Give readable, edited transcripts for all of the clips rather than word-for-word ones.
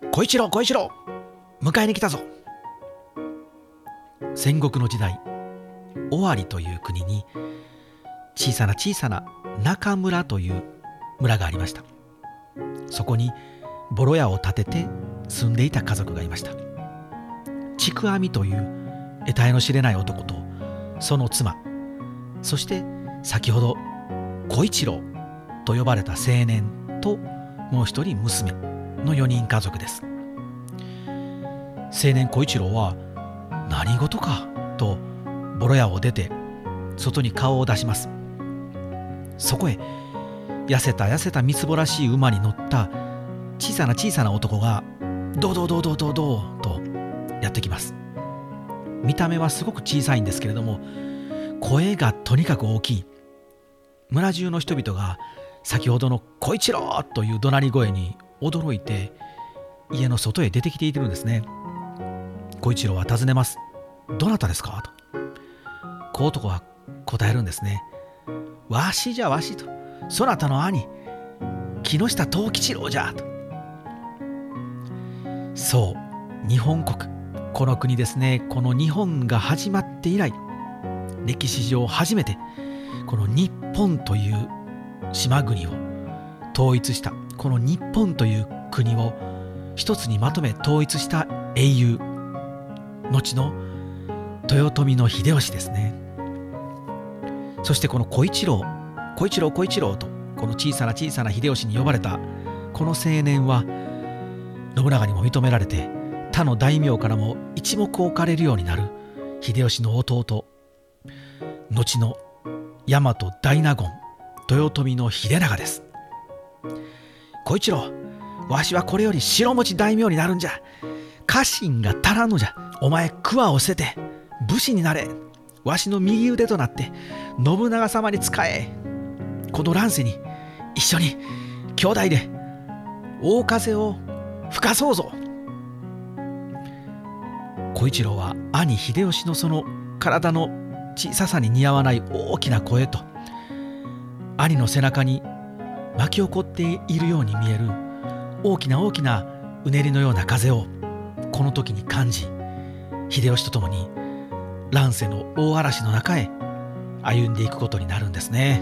小一郎迎えに来たぞ。戦国の時代、尾張という国に小さな中村という村がありました。そこにボロ屋を建てて住んでいた家族がいました。ちくわみという得体の知れない男とその妻、そして先ほど小一郎と呼ばれた青年ともう一人娘の4人家族です。青年小一郎は何事かとボロ屋を出て外に顔を出します。そこへ痩せたみつぼらしい馬に乗った小さな男がどうとやってきます。見た目はすごく小さいんですけれども、声がとにかく大きい。村中の人々が先ほどの小一郎という怒鳴り声に驚いて家の外へ出てきているんですね。小一郎は尋ねます。どなたですかと。小男は答えるんですね。わしと、そなたの兄木下藤吉郎じゃと。そう、日本国、この国ですね。この日本が始まって以来、歴史上初めてこの日本という島国を統一した、この日本という国を一つにまとめ統一した英雄、後の豊臣の秀吉ですね。そしてこの小一郎とこの小さな秀吉に呼ばれたこの青年は信長にも認められて、他の大名からも一目置かれるようになる秀吉の弟、後の大和大納言豊臣の秀長です。小一郎、わしはこれより白持ち大名になるんじゃ。家臣が足らんのじゃ。お前桑を捨てて武士になれ。わしの右腕となって信長様に仕え。この乱世に一緒に兄弟で大風を吹かそうぞ。小一郎は兄秀吉のその体の小ささに似合わない大きな声と、兄の背中に巻き起こっているように見える大きなうねりのような風をこの時に感じ、秀吉と共に乱世の大嵐の中へ歩んでいくことになるんですね。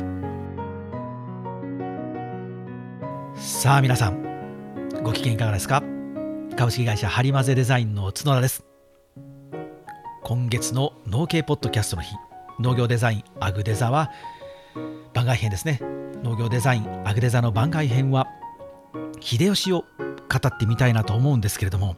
さあ皆さん、ご機嫌いかがですか？株式会社ハリマゼデザインの角田です。今月の農系ポッドキャストの日、農業デザインアグデザは番外編ですね。農業デザインアグデザの番外編は秀吉を語ってみたいなと思うんですけれども、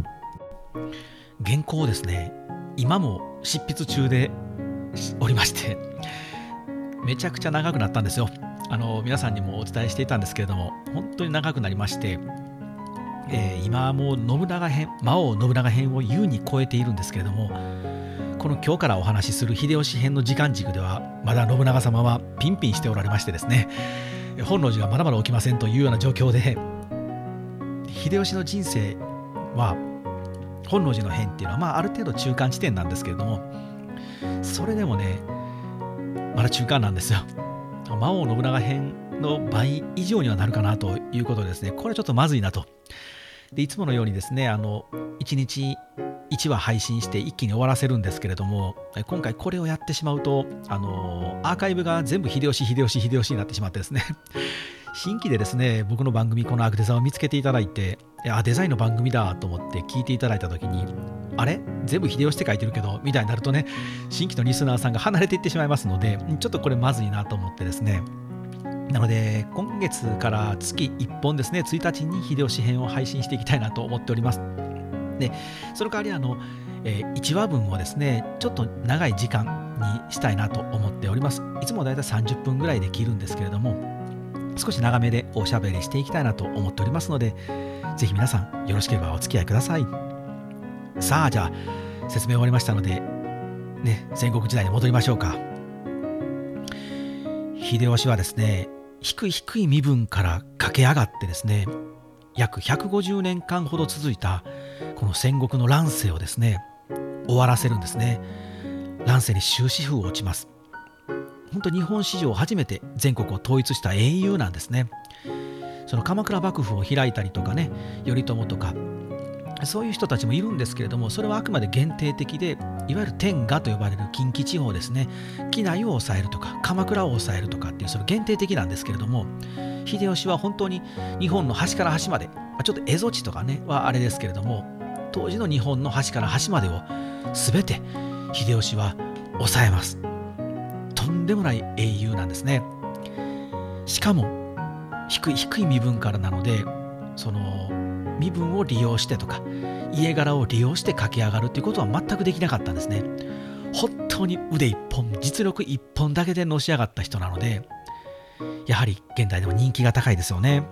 原稿をですね、今も執筆中でおりまして、めちゃくちゃ長くなったんですよ。皆さんにもお伝えしていたんですけれども、本当に長くなりまして、今はもう信長編、魔王信長編を優に超えているんですけれども、この今日からお話しする秀吉編の時間軸ではまだ信長様はピンピンしておられましてですね、本能寺がまだまだ起きませんというような状況で、秀吉の人生は本能寺の変っていうのはある程度中間地点なんですけれども、それでもねまだ中間なんですよ。魔王信長編の倍以上にはなるかなということでですね、これはちょっとまずいなと。でいつものようにですね、1日1話配信して一気に終わらせるんですけれども、今回これをやってしまうとアーカイブが全部秀吉になってしまってですね新規でですね、僕の番組このアグデザを見つけていただいて、デザインの番組だと思って聞いていただいたときに、あれ全部秀吉って書いてるけどみたいになるとね、新規のリスナーさんが離れていってしまいますので、ちょっとこれまずいなと思ってですね、なので今月から月1本ですね、1日に秀吉編を配信していきたいなと思っております。でその代わり1話分をですね、ちょっと長い時間にしたいなと思っております。いつもだいたい30分ぐらいで切るんですけれども、少し長めでおしゃべりしていきたいなと思っておりますので、ぜひ皆さんよろしければお付き合いください。さあ、じゃあ説明終わりましたのでね、戦国時代に戻りましょうか。秀吉はですね、低い身分から駆け上がってですね、約150年間ほど続いたこの戦国の乱世をですね終わらせるんですね。乱世に終止符を打ちます。本当日本史上初めて全国を統一した英雄なんですね。 その鎌倉幕府を開いたりとかね、頼朝とかそういう人たちもいるんですけれども、それはあくまで限定的で、いわゆる天下と呼ばれる近畿地方ですね、畿内を抑えるとか鎌倉を抑えるとかっていうそれ限定的なんですけれども、秀吉は本当に日本の端から端まで、ちょっと蝦夷地とかねはあれですけれども、当時の日本の端から端までを全て秀吉は抑えます。とんでもない英雄なんですね。しかも低い身分からなので、その身分を利用してとか家柄を利用して駆け上がるっていうことは全くできなかったんですね。本当に腕一本、実力一本だけでのし上がった人なので、やはり現代でも人気が高いですよね。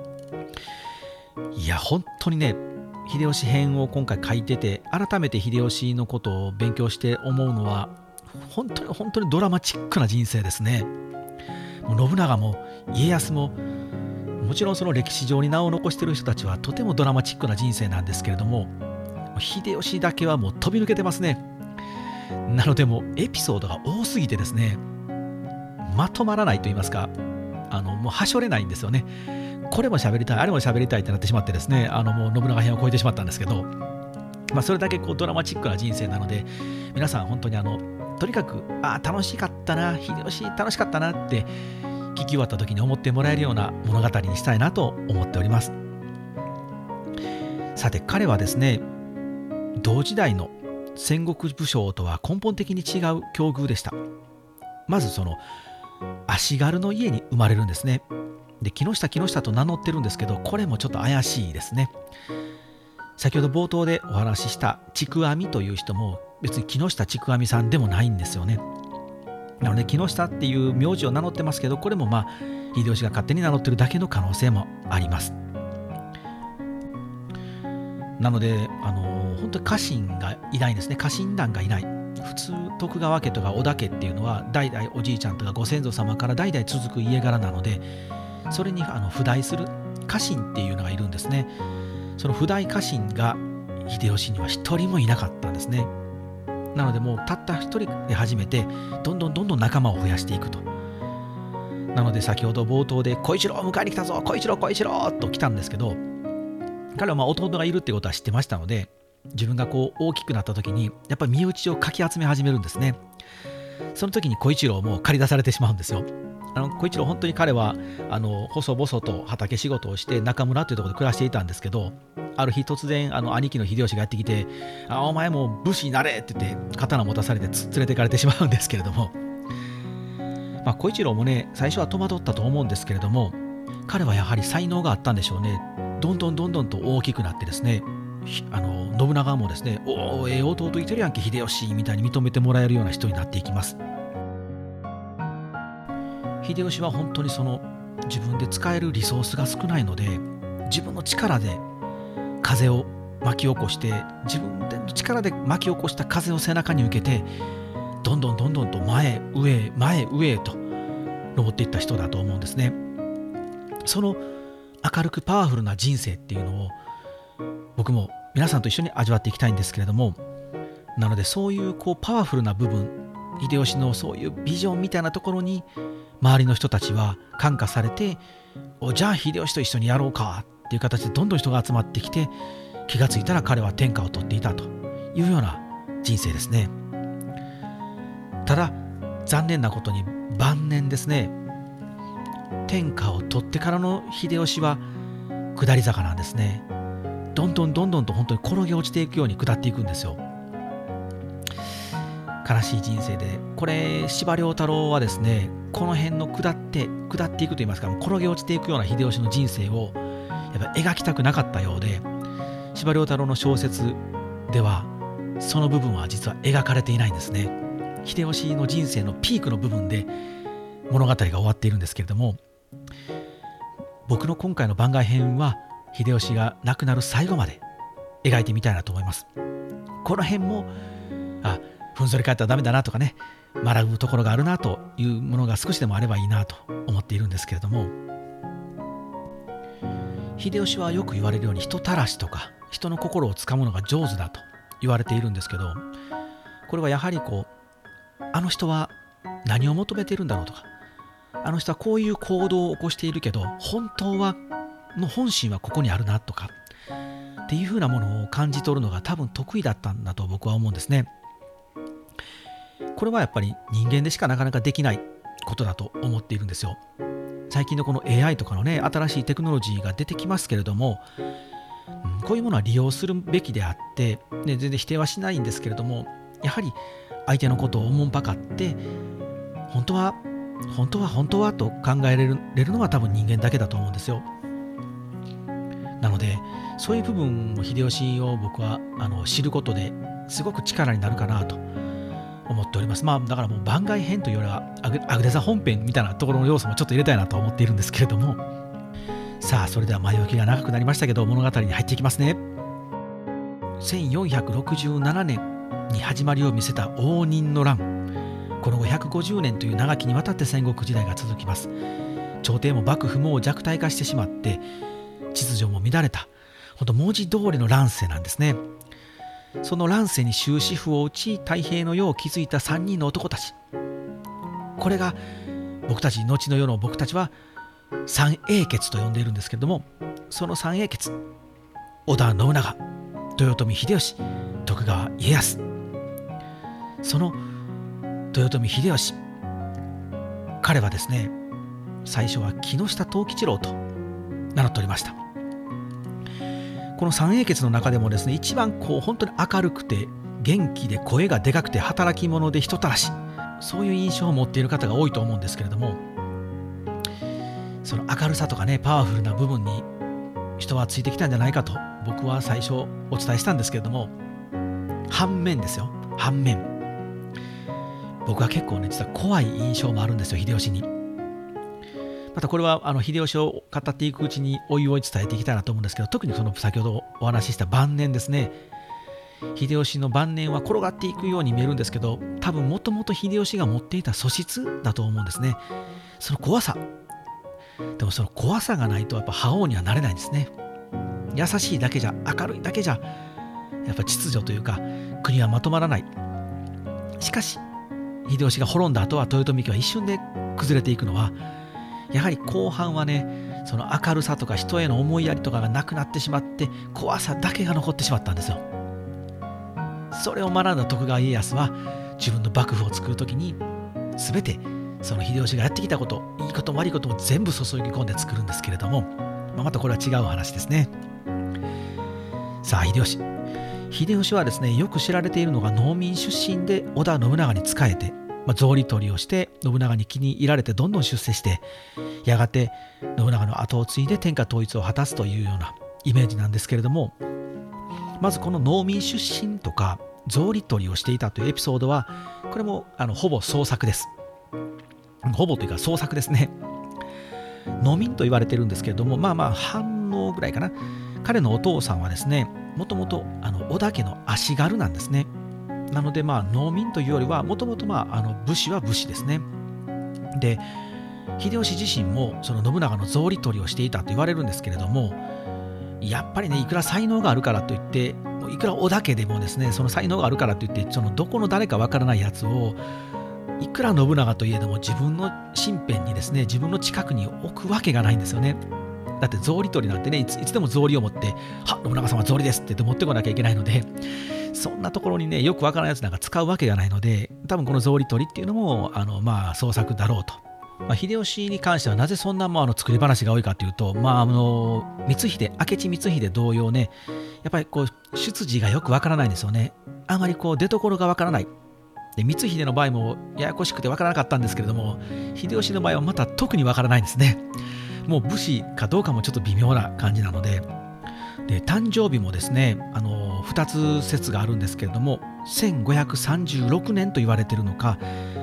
いや本当にね、秀吉編を今回書いてて、改めて秀吉のことを勉強して思うのは、本当にドラマチックな人生ですね。もう信長も家康も、もちろんその歴史上に名を残している人たちはとてもドラマチックな人生なんですけれども、秀吉だけはもう飛び抜けてますね。なのでもうエピソードが多すぎてですね、まとまらないと言いますか、もうはしょれないんですよね。これも喋りたい、あれも喋りたいってなってしまってですね、もう信長編を超えてしまったんですけど、それだけこうドラマチックな人生なので、皆さん本当にとにかく楽しかったな、秀吉楽しかったなって聞き終わった時に思ってもらえるような物語にしたいなと思っております。さて彼はですね、同時代の戦国武将とは根本的に違う境遇でした。まずその足軽の家に生まれるんですね。で、木下と名乗ってるんですけど、これもちょっと怪しいですね。先ほど冒頭でお話しした筑阿弥という人も別に木下筑阿弥さんでもないんですよね。なので木下っていう名字を名乗ってますけど、これも秀吉が勝手に名乗ってるだけの可能性もあります。なので本当に家臣がいないんですね。家臣団がいない。普通徳川家とか織田家っていうのは代々おじいちゃんとかご先祖様から代々続く家柄なので、それに付帯する家臣っていうのがいるんですね。その付帯家臣が秀吉には一人もいなかったんですね。なのでもうたった一人で始めてどんどん仲間を増やしていくと。なので先ほど冒頭で小一郎迎えに来たぞ、小一郎と来たんですけど、彼は弟がいるってことは知ってましたので、自分がこう大きくなった時にやっぱり身内をかき集め始めるんですね。その時に小一郎も借り出されてしまうんですよ。小一郎本当に彼は細々と畑仕事をして中村というところで暮らしていたんですけど、ある日突然兄貴の秀吉がやってきて、お前も武士になれって言って刀持たされて連れてかれてしまうんですけれども、小一郎もね最初は戸惑ったと思うんですけれども、彼はやはり才能があったんでしょうね。どんどんと大きくなってですね、信長もですね、弟いてるやんけ秀吉みたいに認めてもらえるような人になっていきます。秀吉は本当にその自分で使えるリソースが少ないので、自分の力で風を巻き起こして、自分の力で巻き起こした風を背中に受けて、どんどんと前上へと登っていった人だと思うんですね。その明るくパワフルな人生っていうのを僕も皆さんと一緒に味わっていきたいんですけれども、なのでそういうパワフルな部分、秀吉のそういうビジョンみたいなところに周りの人たちは感化されて、じゃあ秀吉と一緒にやろうかっていう形でどんどん人が集まってきて、気がついたら彼は天下を取っていたというような人生ですね。ただ残念なことに晩年ですね、天下を取ってからの秀吉は下り坂なんですね。どんどんと本当に転げ落ちていくように下っていくんですよ。悲しい人生で、これ司馬遼太郎はですね、この辺の下っていくといいますか、転げ落ちていくような秀吉の人生をやっぱ描きたくなかったようで、司馬遼太郎の小説ではその部分は実は描かれていないんですね。秀吉の人生のピークの部分で物語が終わっているんですけれども、僕の今回の番外編は秀吉が亡くなる最後まで描いてみたいなと思います。この辺もふんぞり返ったらダメだなとかね、学ぶところがあるなというものが少しでもあればいいなと思っているんですけれども、秀吉はよく言われるように人たらしとか人の心をつかむのが上手だと言われているんですけど、これはやはりあの人は何を求めているんだろうとか、あの人はこういう行動を起こしているけど本当はの本心はここにあるなとかっていうふうなものを感じ取るのが多分得意だったんだと僕は思うんですね。これはやっぱり人間でしかなかなかできないことだと思っているんですよ。最近のこの AI とかのね、新しいテクノロジーが出てきますけれども、こういうものは利用するべきであって、ね、全然否定はしないんですけれども、やはり相手のことをおもんぱかって本当はと考えれるのは多分人間だけだと思うんですよ。なのでそういう部分の秀吉を僕は知ることですごく力になるかなと思っております。だからもう番外編というよりはアグレザ本編みたいなところの要素もちょっと入れたいなと思っているんですけれども、さあそれでは前置きが長くなりましたけど物語に入っていきますね。1467年に始まりを見せた応仁の乱、この後150年という長きにわたって戦国時代が続きます。朝廷も幕府も弱体化してしまって秩序も乱れた、本当文字通りの乱世なんですね。その乱世に終止符を打ち太平の世を築いた3人の男たち、これが僕たち後の世の僕たちは三英傑と呼んでいるんですけれども、その三英傑、織田信長、豊臣秀吉、徳川家康、その豊臣秀吉、彼はですね、最初は木下藤吉郎と名乗っておりました。この三英傑の中でもですね、一番本当に明るくて元気で声がでかくて働き者で人たらし、そういう印象を持っている方が多いと思うんですけれども、その明るさとかね、パワフルな部分に人はついてきたんじゃないかと僕は最初お伝えしたんですけれども、反面ですよ、反面僕は結構ね、実は怖い印象もあるんですよ、秀吉に。またこれは秀吉を語っていくうちにおいおい伝えていきたいなと思うんですけど、特にその先ほどお話しした晩年ですね、秀吉の晩年は転がっていくように見えるんですけど、多分もともと秀吉が持っていた素質だと思うんですね。その怖さ、でもその怖さがないとやっぱ覇王にはなれないんですね。優しいだけじゃ、明るいだけじゃやっぱ秩序というか国はまとまらない。しかし秀吉が滅んだ後は豊臣家は一瞬で崩れていくのは、やはり後半はね、その明るさとか人への思いやりとかがなくなってしまって、怖さだけが残ってしまったんですよ。それを学んだ徳川家康は自分の幕府を作るときに全てその秀吉がやってきたこと、いいことも悪いことも全部注ぎ込んで作るんですけれども、またこれは違う話ですね。さあ秀吉はですね、よく知られているのが農民出身で織田信長に仕えて、草履取りをして信長に気に入られてどんどん出世して、やがて信長の後を継いで天下統一を果たすというようなイメージなんですけれども、まずこの農民出身とか草履取りをしていたというエピソードは、これもほぼ創作です。ほぼというか創作ですね。農民と言われてるんですけれども、反応ぐらいかな。彼のお父さんはですね、もともと織田家の足軽なんですね。なので農民というよりはもともと武士は武士ですね。で秀吉自身もその信長の草履取りをしていたと言われるんですけれども、やっぱりね、いくら才能があるからといって、いくら織田家でもですね、その才能があるからといって、そのどこの誰かわからないやつをいくら信長といえども自分の身辺にですね、自分の近くに置くわけがないんですよね。だって草履取りなんてね、いつでも草履を持って「はっ、信長様草履です」って言って持ってこなきゃいけないので、そんなところにね、よくわからないやつなんか使うわけがないので、多分この草履取りっていうのも創作だろうと。秀吉に関してはなぜそんな作り話が多いかというと、明智光秀同様ね、やっぱり出自がよくわからないんですよね。あまり出所がわからない。で光秀の場合もややこしくてわからなかったんですけれども、秀吉の場合はまた特にわからないんですね。もう武士かどうかもちょっと微妙な感じなので、誕生日もですね、2つ説があるんですけれども、1536年と言われているのか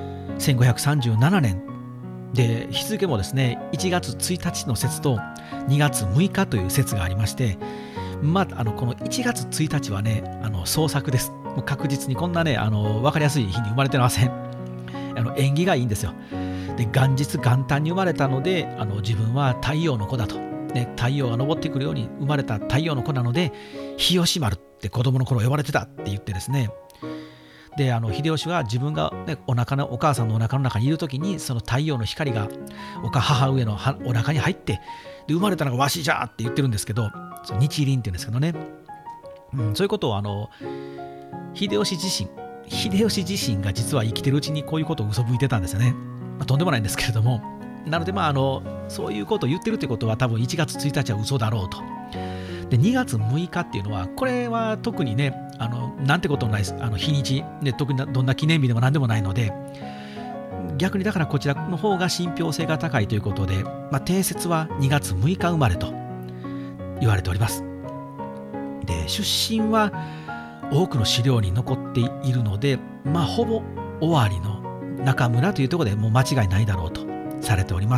1537年で、日付もですね1月1日の説と2月6日という説がありまして、この1月1日はね創作です。もう確実にこんなね分かりやすい日に生まれてません。縁起がいいんですよ。で元日元旦に生まれたので、自分は太陽の子だと、太陽が昇ってくるように生まれた太陽の子なので日吉丸って子供の頃呼ばれてたって言ってですね、で秀吉は自分が、お母さんのお腹の中にいる時に、その太陽の光が母上のお腹に入ってで生まれたのがわしじゃって言ってるんですけど、日輪って言うんですけどね、そういうことを秀吉自身が実は生きてるうちにこういうことを嘘吹いてたんですよね。とんでもないんですけれども、なのでそういうことを言ってるってことは多分1月1日は嘘だろうと。で2月6日っていうのはこれは特にねなんてこともないです。日にちで特にどんな記念日でも何でもないので、逆にだからこちらの方が信憑性が高いということで、定説は2月6日生まれと言われております。で出身は多くの資料に残っているので、ほぼ尾張の中村というところでもう間違いないだろうとされております。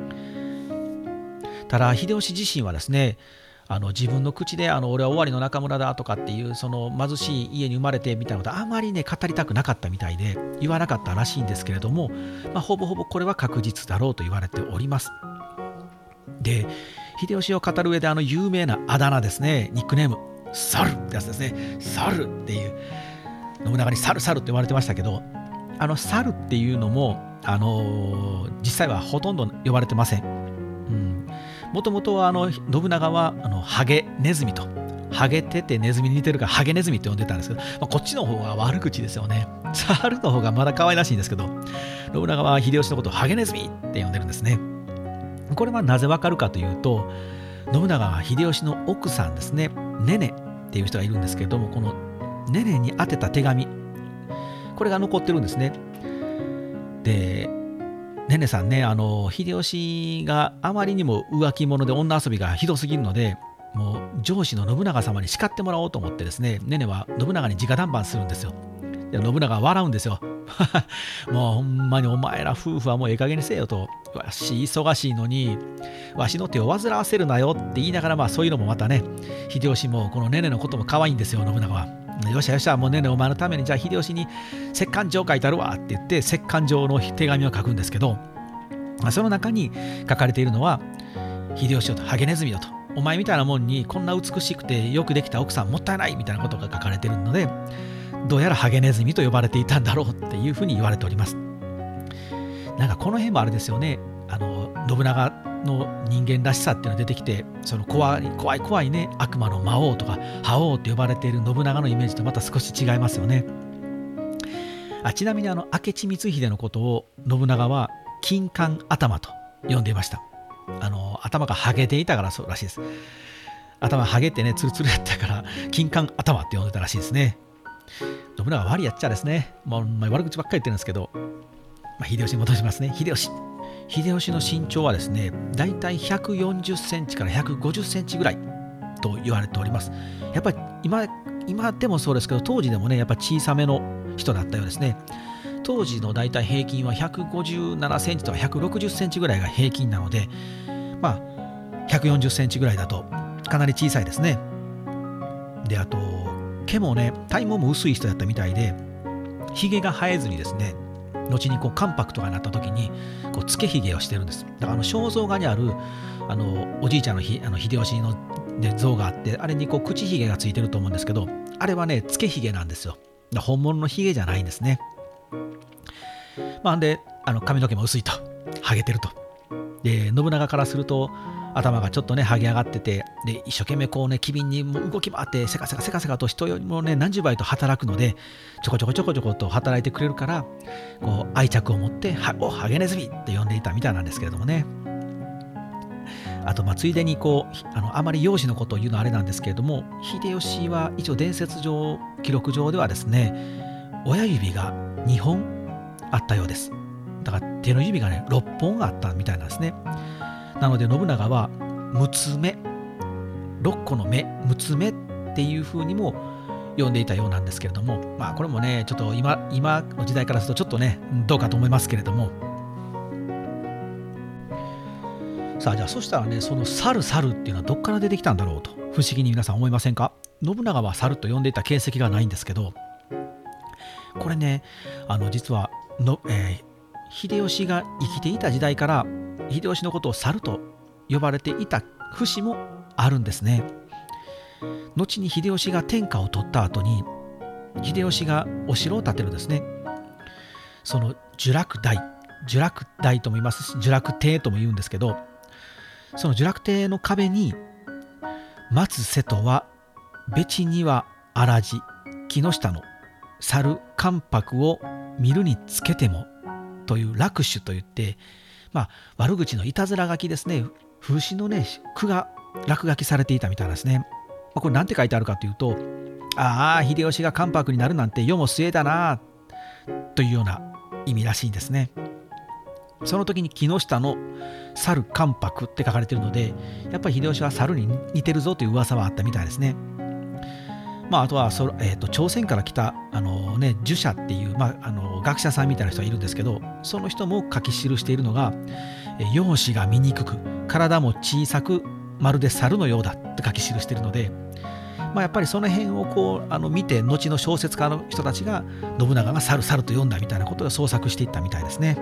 ただ秀吉自身はですね、自分の口で俺は尾張の中村だとかっていうその貧しい家に生まれてみたいなことあまりね語りたくなかったみたいで言わなかったらしいんですけれども、ほぼほぼこれは確実だろうと言われております。で秀吉を語る上で有名なあだ名ですね、ニックネーム猿ってやつですね。猿っていう、信長に猿猿って言われてましたけど、猿っていうのも実際はほとんど呼ばれてません。もともとは信長はハゲネズミと、ハゲててネズミに似てるからハゲネズミって呼んでたんですけど、こっちの方が悪口ですよね。猿の方がまだ可愛らしいんですけど、信長は秀吉のことをハゲネズミって呼んでるんですね。これはなぜわかるかというと、信長は秀吉の奥さんですね、ねねっていう人がいるんですけれども、このねねに宛てた手紙、これが残ってるんですね。でねねさんね、秀吉があまりにも浮気者で女遊びがひどすぎるので、もう上司の信長様に叱ってもらおうと思ってですね、ねねは信長に直談判するんですよ。で信長は笑うんですよ。もうほんまにお前ら夫婦はもうええ加減にせよと、わし忙しいのにわしの手を煩わせるなよって言いながら、そういうのもまたね、秀吉もこのねねのことも可愛いんですよ、信長は。よっしゃよっしゃ、もうねねお前のためにじゃあ秀吉に折檻状書いてあるわって言って折檻状の手紙を書くんですけど、その中に書かれているのは、秀吉よとハゲネズミよと、お前みたいなもんにこんな美しくてよくできた奥さんもったいないみたいなことが書かれているので、どうやらハゲネズミと呼ばれていたんだろうっていうふうに言われております。なんかこの辺もあれですよね、信長の人間らしさっていうのが出てきて、その怖いね、悪魔の魔王とか覇王って呼ばれている信長のイメージとまた少し違いますよね。ちなみに明智光秀のことを信長は金冠頭と呼んでいました。頭がハゲていたからそうらしいです。頭ハゲってね、ツルツルやったから金冠頭って呼んでたらしいですね。信長悪いやっちゃですね。悪口ばっかり言ってるんですけど、秀吉に戻しますね。秀吉の身長はですね、だいたい140センチから150センチぐらいと言われております。やっぱり今でもそうですけど、当時でもね、やっぱ小さめの人だったようですね。当時のだいたい平均は157センチとか160センチぐらいが平均なので、140センチぐらいだとかなり小さいですね。で、あと毛もね、体毛も薄い人だったみたいで、ひげが生えずにですね、後にコンパクトになった時につけひげをしてるんです。だから肖像画にあるおじいちゃんの秀吉の像があって、あれに口ひげがついてると思うんですけど、あれはねつけひげなんですよ。本物のひげじゃないんですね。で髪の毛も薄いと、ハゲてると。で信長からすると頭がちょっとねハゲ上がってて、で一生懸命機敏に動き回ってせかせかと人よりもね何十倍と働くので、ちょこちょこと働いてくれるから、愛着を持ってハゲネズミって呼んでいたみたいなんですけれどもね。あとついでにあまり容姿のことを言うのはあれなんですけれども、秀吉は一応伝説上記録上ではですね、親指が2本あったようです。だから手の指がね6本あったみたいなんですね。なので信長は六つ目、6個の目、六つ目っていう風にも呼んでいたようなんですけれども、これもねちょっと今の時代からするとちょっとねどうかと思いますけれども。さあ、じゃあそしたらね、その猿っていうのはどっから出てきたんだろうと不思議に皆さん思いませんか？信長は猿と呼んでいた形跡がないんですけど、これね実は秀吉が生きていた時代から秀吉のことを猿と呼ばれていた節もあるんですね。後に秀吉が天下を取った後に秀吉がお城を建てるんですね。その聚楽台とも言いますし、聚楽邸とも言うんですけど、 その聚楽亭の壁に松瀬戸はべちにはあらじ木下の猿関白を見るにつけてもという落首といって、悪口のいたずら書きですね、風刺のね句が落書きされていたみたいなんですね。これ何て書いてあるかというと、ああ秀吉が関白になるなんて世も末だなというような意味らしいんですね。その時に木下の猿関白って書かれているので、やっぱり秀吉は猿に似てるぞという噂はあったみたいですね。あとは朝鮮から来た儒者っていう、学者さんみたいな人がいるんですけど、その人も書き記しているのが、容姿が醜く体も小さくまるで猿のようだって書き記しているので、やっぱりその辺を見て、後の小説家の人たちが信長が猿猿と呼んだみたいなことを創作していったみたいですね。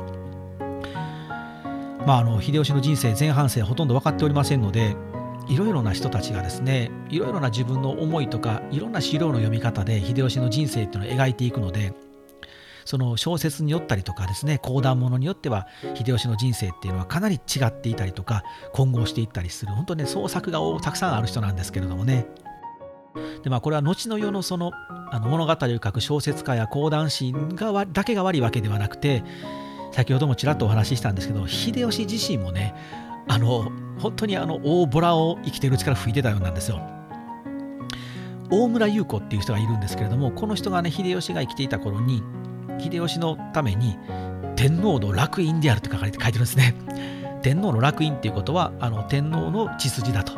秀吉の人生前半生はほとんど分かっておりませんので、いろいろな人たちがですね、いろいろな自分の思いとかいろんな資料の読み方で秀吉の人生っていうのを描いていくので、その小説によったりとかですね、講談物によっては秀吉の人生っていうのはかなり違っていたりとか混合していったりする、本当にね創作がたくさんある人なんですけれどもね。でこれは後の世の物語を書く小説家や講談師だけが悪いわけではなくて、先ほどもちらっとお話ししたんですけど、秀吉自身もね本当に大ボラを生きているうちから吹いてたようなんですよ。大村優子っていう人がいるんですけれども、この人がね秀吉が生きていた頃に秀吉のために天皇の烙印であるって書いてるんですね。天皇の烙印っていうことは天皇の血筋だと。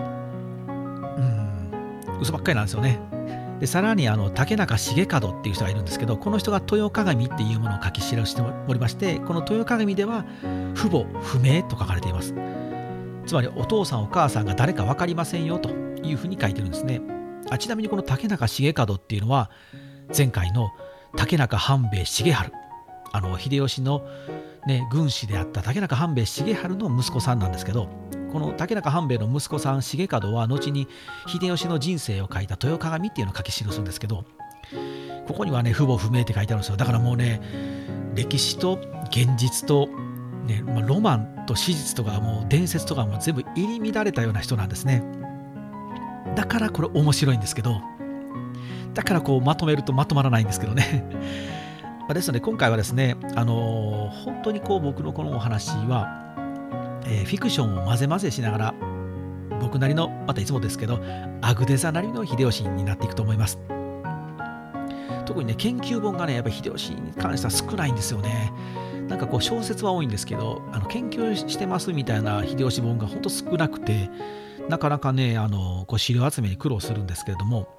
嘘ばっかりなんですよね。でさらに竹中重門っていう人がいるんですけど、この人が豊鏡っていうものを書き記しておりまして、この豊鏡では父母不明と書かれています。つまりお父さんお母さんが誰か分かりませんよというふうに書いてるんですね。ちなみにこの竹中重門っていうのは前回の竹中半兵衛重治、秀吉の、軍師であった竹中半兵衛重治の息子さんなんですけど、この竹中半兵衛の息子さん重門は後に秀吉の人生を書いた豊鏡っていうのを書き記すんですけど、ここにはね父母不明って書いてあるんですよ。だからもうね、歴史と現実と、ロマンと史実とかもう伝説とかも全部入り乱れたような人なんですね。だからこれ面白いんですけど、だからまとめるとまとまらないんですけどね。ですので今回はですね、本当に僕のこのお話は、フィクションを混ぜ混ぜしながら、僕なりのまたいつもですけどアグデザなりの秀吉になっていくと思います。特にね研究本がねやっぱり秀吉に関しては少ないんですよね。小説は多いんですけど、研究してますみたいな秀吉本が本当少なくて、なかなかね資料集めに苦労するんですけれども、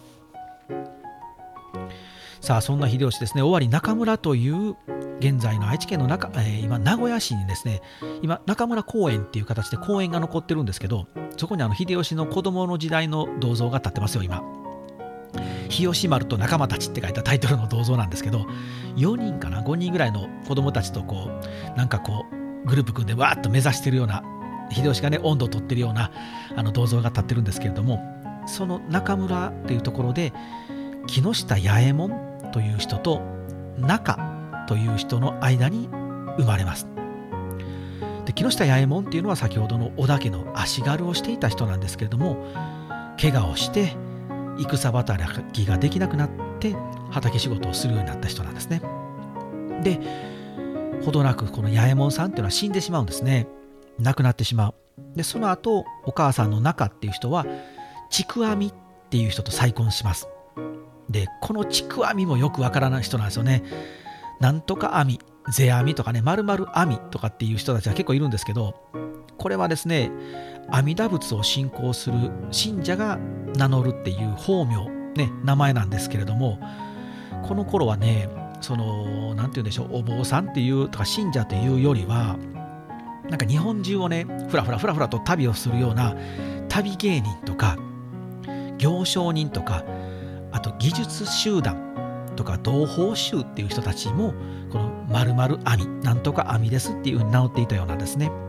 さあそんな秀吉ですね、尾張中村という現在の愛知県の今名古屋市にですね、今中村公園っていう形で公園が残ってるんですけど、そこに秀吉の子供の時代の銅像が立ってますよ。今日吉丸と仲間たちって書いたタイトルの銅像なんですけど、4人かな5人ぐらいの子供たちとグループ組んでわーっと目指してるような、秀吉がね温度を取ってるような銅像が立ってるんですけれども、その中村というところで木下弥右衛門という人と中という人の間に生まれます。で木下弥右衛門っていうのは先ほどの織田家の足軽をしていた人なんですけれども、怪我をして戦働きができなくなって畑仕事をするようになった人なんですね。でほどなくこの弥右衛門さんっていうのは死んでしまうんですね。亡くなってしまう。でその後お母さんの中っていう人は竹阿弥っていう人と再婚します。でこの竹阿弥もよくわからない人なんですよね。なんとか阿弥、世阿弥とかね、〇〇阿弥とかっていう人たちが結構いるんですけど、これはですね阿弥陀仏を信仰する信者が名乗るっていう法名、名前なんですけれども、この頃はねなんて言うんでしょう、お坊さんっていうとか信者というよりは日本中をねふらふらと旅をするような旅芸人とか行商人とか、あと技術集団とか同胞衆っていう人たちもこの〇〇阿弥、なんとか阿弥ですっていうふうに名乗っていたようなんですね。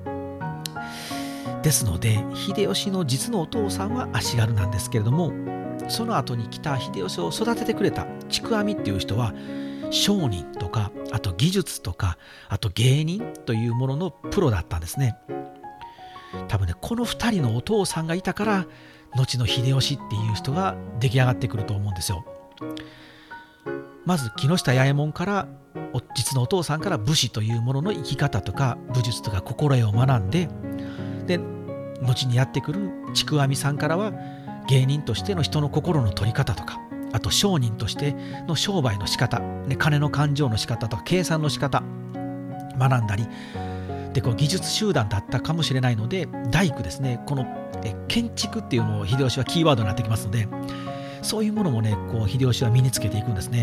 ですので秀吉の実のお父さんは足軽なんですけれども、その後に来た秀吉を育ててくれた竹阿弥っていう人は商人とか、あと技術とか、あと芸人というもののプロだったんですね。 多分ねこの2人のお父さんがいたから後の秀吉っていう人が出来上がってくると思うんですよ。まず木下弥右衛門から実のお父さんから武士というものの生き方とか武術とか心得を学んで、で後にやってくるちくわみさんからは芸人としての人の心の取り方とか、あと商人としての商売の仕方、ね、金の勘定の仕方とか計算の仕方学んだりで、こう技術集団だったかもしれないので大工ですね、この建築っていうのを秀吉はキーワードになってきますので、そういうものもねこう秀吉は身につけていくんですね。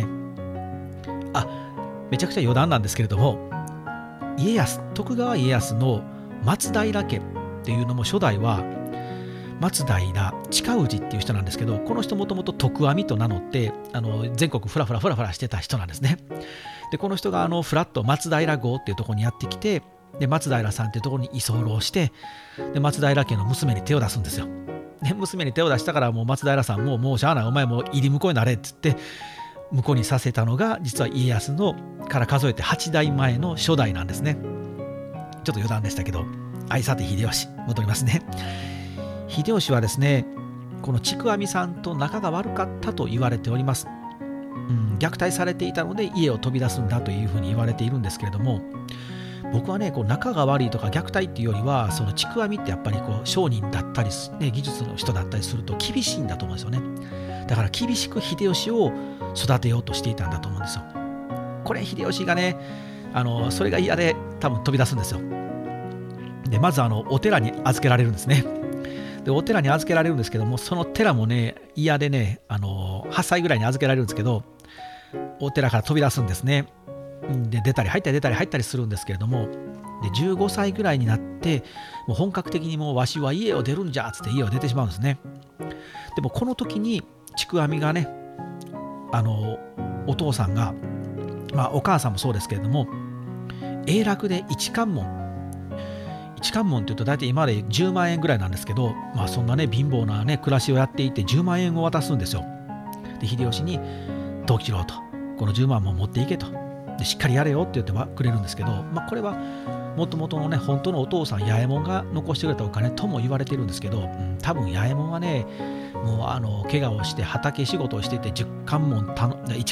めちゃくちゃ余談なんですけれども、徳川家康の松平家っていうのも初代は松平親氏っていう人なんですけど、この人もともと徳阿弥と名乗って全国フラフラしてた人なんですね。でこの人がフラッと松平郷っていうところにやってきて、で松平さんっていうところに居候して、で松平家の娘に手を出すんですよ。で娘に手を出したからもう松平さんもうしゃあない、お前もう入り婿になれって言って婿にさせたのが実は家康のから数えて8代前の初代なんですね。ちょっと余談でしたけど、さて秀吉戻りますね。秀吉はですねこのちくわみさんと仲が悪かったと言われております。虐待されていたので家を飛び出すんだというふうに言われているんですけれども、僕はねこう仲が悪いとか虐待っていうよりは、そのちくわみってやっぱりこう商人だったり、ね、技術の人だったりすると厳しいんだと思うんですよね。だから厳しく秀吉を育てようとしていたんだと思うんですよ。これ秀吉がねそれが嫌で多分飛び出すんですよ。でまずお寺に預けられるんですね。でお寺に預けられるんですけども、その寺もね嫌でね8歳ぐらいに預けられるんですけど、お寺から飛び出すんですね。で出たり入ったりするんですけれども、で15歳ぐらいになってもう本格的にもうわしは家を出るんじゃっつって家を出てしまうんですね。でもこの時にちくわみがねお父さんが、お母さんもそうですけれども永楽で一貫門っていうと大体今まで10万円ぐらいなんですけど、そんなね貧乏なね暮らしをやっていて10万円を渡すんですよ。で秀吉に藤吉郎とこの10万も持っていけと、でしっかりやれよって言ってはくれるんですけど、これはもともとのね本当のお父さん八右衛門が残してくれたお金とも言われてるんですけど、多分八右衛門はねもう怪我をして畑仕事をしていて1貫門か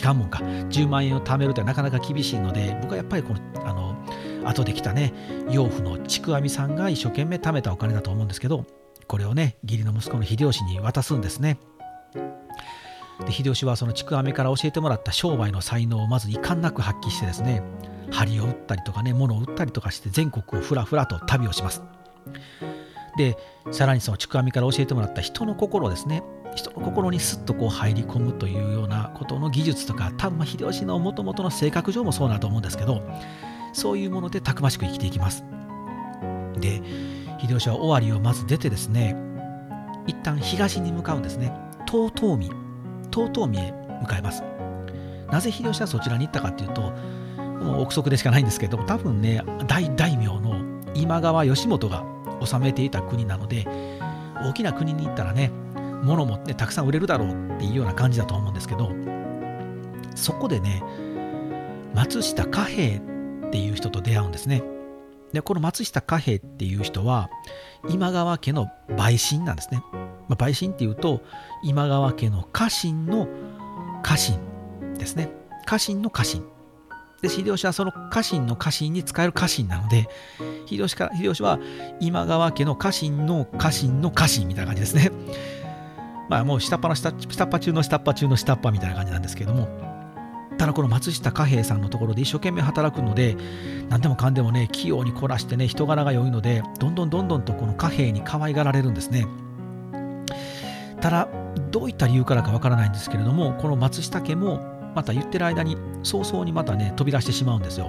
10万円を貯めるってなかなか厳しいので、僕はやっぱりこの後で来たね養父のちくわみさんが一生懸命貯めたお金だと思うんですけど、これをね義理の息子の秀吉に渡すんですね。で秀吉はそのちくわみから教えてもらった商売の才能をまず遺憾なく発揮してですね、針を打ったりとかね物を売ったりとかして全国をふらふらと旅をします。でさらにそのちくわみから教えてもらった人の心ですね、人の心にスッとこう入り込むというようなことの技術とか、多分秀吉のもともとの性格上もそうだと思うんですけど、そういうものでたくましく生きていきます。で秀吉は尾張をまず出てですね、一旦東に向かうんですね。遠江へ向かいます。なぜ秀吉はそちらに行ったかっていうと、もう憶測でしかないんですけど、多分ね大名の今川義元が治めていた国なので、大きな国に行ったらね物もねたくさん売れるだろうっていうような感じだと思うんですけど、そこでね松下貨幣っていう人と出会うんですね。でこの松下貨幣っていう人は今川家の陪臣なんですね。陪臣っていうと今川家の家臣の家臣ですね。家臣の家臣で、秀吉はその家臣の家臣に使える家臣なので、秀吉は今川家の家臣の家臣の家臣みたいな感じですね。もう下っ端中の下っ端中の下っ端みたいな感じなんですけれども、ただこの松下貨幣さんのところで一生懸命働くので、何でもかんでもね器用に凝らしてね人柄が良いので、どんどんとこの貨幣に可愛がられるんですね。ただどういった理由からかわからないんですけれども、この松下家もまた言ってる間に早々にまたね飛び出してしまうんですよ。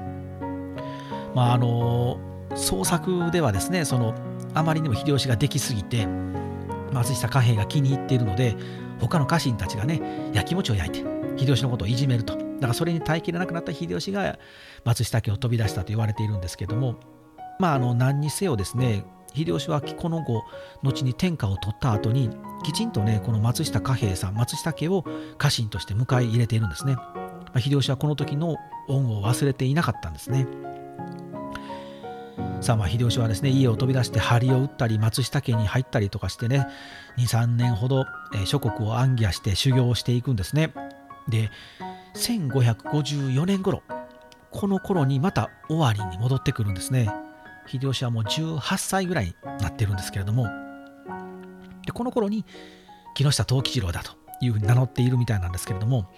創作ではですね、あまりにも秀吉ができすぎて松下貨幣が気に入っているので、他の家臣たちがねやきもちを焼いて秀吉のことをいじめると。だからそれに耐えきれなくなった秀吉が松下家を飛び出したと言われているんですけども、何にせよですね、秀吉はこの後に天下を取った後にきちんとねこの松下貨幣さん、松下家を家臣として迎え入れているんですね。秀吉はこの時の恩を忘れていなかったんですね。 さあ秀吉はですね、家を飛び出して梁を打ったり松下家に入ったりとかしてね、2、3年ほど諸国を暗記して修行をしていくんですね。で1554年頃、この頃にまた尾張に戻ってくるんですね。秀吉はもう18歳ぐらいになってるんですけれども、でこの頃に木下藤吉郎だというふうに名乗っているみたいなんですけれども、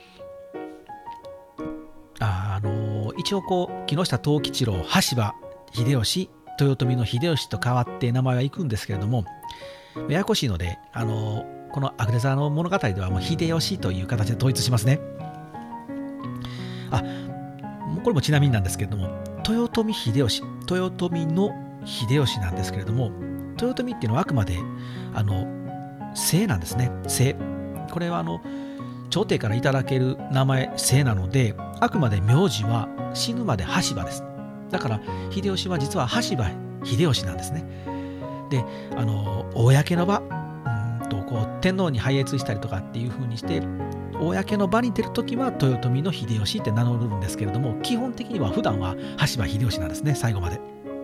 一応木下藤吉郎、羽柴秀吉、豊臣の秀吉と変わって名前はいくんですけれども、ややこしいのでこの阿久手沢の物語ではもう秀吉という形で統一しますね。これもちなみになんですけれども、豊臣秀吉、豊臣の秀吉なんですけれども、豊臣っていうのはあくまで姓なんですね。姓、これは朝廷からいただける名前姓なので、あくまで名字は死ぬまで羽柴です。だから秀吉は実は羽柴秀吉なんですね。で公の場天皇に拝謁したりとかっていう風にして公の場に出るときは豊臣の秀吉って名乗るんですけれども、基本的には普段は羽柴秀吉なんですね、最後まで。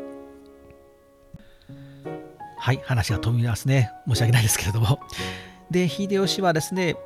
はい、話が飛びますね、申し訳ないですけれども。で秀吉はですね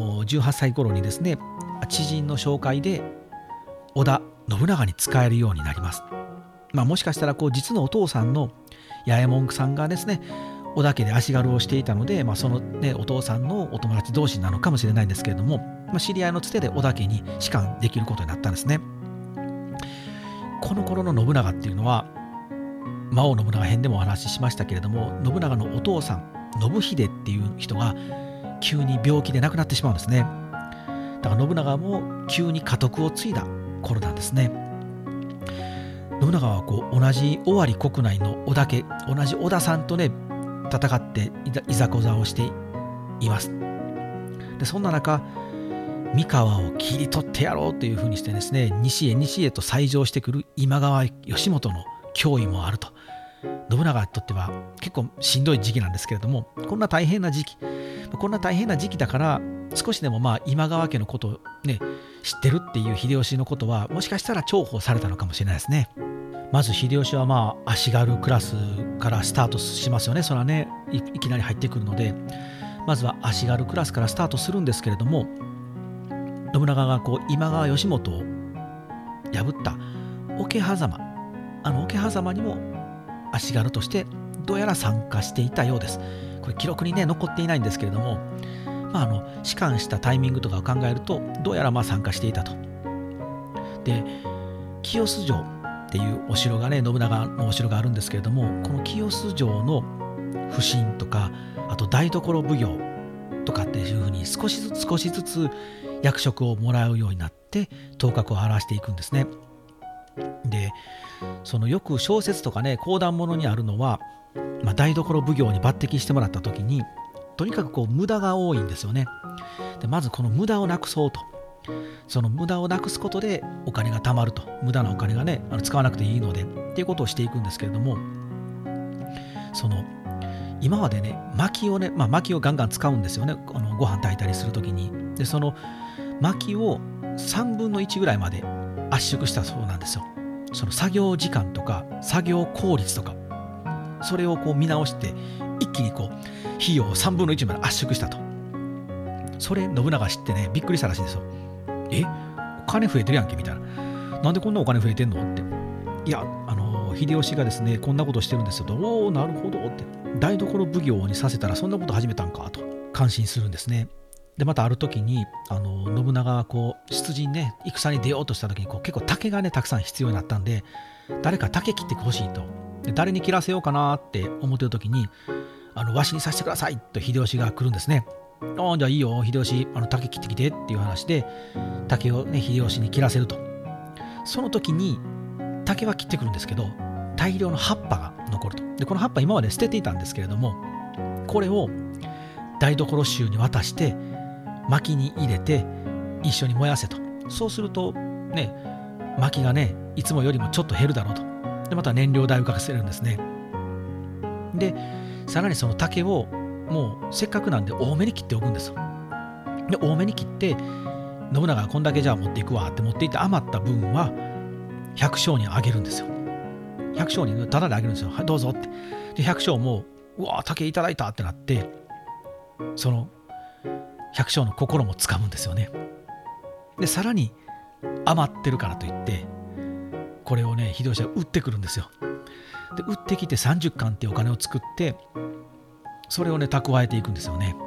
18歳頃にですね、知人の紹介で織田信長に仕えるようになります。もしかしたら実のお父さんの八右衛門さんがですね織田家で足軽をしていたので、その、お父さんのお友達同士なのかもしれないんですけれども、知り合いのつてで織田家に仕官できることになったんですね。この頃の信長っていうのは魔王信長編でもお話ししましたけれども、信長のお父さん信秀っていう人が急に病気で亡くなってしまうんですね。だから信長も急に家督を継いだ頃なんですね。信長は同じ尾張国内の織田家、同じ織田さんとね戦っていざこざをしています。でそんな中、三河を切り取ってやろうというふうにしてですね、西へと西上してくる今川義元の脅威もあると。信長にとっては結構しんどい時期なんですけれども、こんな大変な時期だから少しでも今川家のことをね知ってるっていう秀吉のことはもしかしたら重宝されたのかもしれないですね。まず秀吉は足軽クラスからスタートしますよね。それはね いきなり入ってくるので、まずは足軽クラスからスタートするんですけれども、信長が今川義元を破った桶狭間、桶狭間にも足軽としてどうやら参加していたようです。これ記録にね残っていないんですけれども、仕官したタイミングとかを考えるとどうやら参加していたと。で清洲城っていうお城がね、信長のお城があるんですけれども、この清洲城の普請とか、あと台所奉行とかっていうふうに少しずつ役職をもらうようになって頭角を現していくんですね。でよく小説とかね講談物にあるのは、台所奉行に抜擢してもらった時にとにかく無駄が多いんですよね。でまずこの無駄をなくそうと、その無駄をなくすことでお金が貯まると、無駄なお金がね使わなくていいのでっていうことをしていくんですけれども、今までね薪をガンガン使うんですよね、ご飯炊いたりするときに。でその薪を3分の1ぐらいまで圧縮したそうなんですよ。その作業時間とか作業効率とか、それを見直して一気に費用を3分の1まで圧縮したと。それ信長知ってねびっくりしたらしいんですよ。お金増えてるやんけみたいな。なんでこんなお金増えてんのって。いや秀吉がですねこんなことしてるんですよと。おおなるほどって、台所奉行にさせたらそんなこと始めたんかと感心するんですね。でまたある時に信長が出陣ね戦に出ようとした時に結構竹がねたくさん必要になったんで、誰か竹切ってほしいと。で誰に切らせようかなって思ってる時にわしにさせてくださいと秀吉が来るんですね。じゃあいいよ秀吉竹切ってきてっていう話で竹をね秀吉に切らせると。その時に竹は切ってくるんですけど大量の葉っぱが残ると。でこの葉っぱ今まで捨てていたんですけれども、これを台所衆に渡して薪に入れて一緒に燃やせと。そうするとね薪がねいつもよりもちょっと減るだろうと。でまた燃料代を浮かせるんですね。でさらにその竹をもうせっかくなんで多めに切っておくんですよ。で多めに切って信長がこんだけじゃあ持っていくわって持っていって余った分は百姓にあげるんですよ。 百姓にタダであげるんですよ。はい、どうぞって。で百姓もうわ竹いただいたってなって、その百姓の心もつかむんですよね。でさらに余ってるからといってこれをね秀吉は売ってくるんですよ。で売ってきて30貫っていうお金を作ってそれをね蓄えていくんですよね。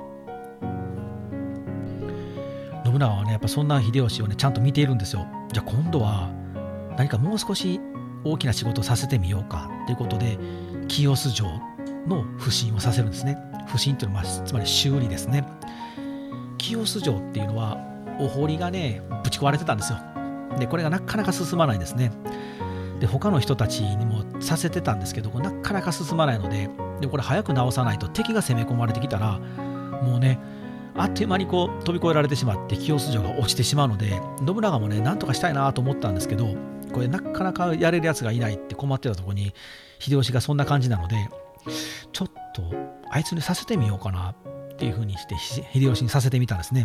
信長はねやっぱそんな秀吉をねちゃんと見ているんですよ。じゃあ今度は何かもう少し大きな仕事をさせてみようかということで清須城の普請をさせるんですね。普請というのはつまり修理ですね。清須城っていうのはお堀がねぶち壊れてたんですよ。でこれがなかなか進まないんですね。で他の人たちにもさせてたんですけどなかなか進まないので、これ早く直さないと敵が攻め込まれてきたらもうねあっという間にこう飛び越えられてしまって清須城が落ちてしまうので、信長もねなんとかしたいなと思ったんですけど、これなかなかやれるやつがいないって困ってたところに秀吉がそんな感じなので、ちょっとあいつにさせてみようかなっていう風にして秀吉にさせてみたんですね。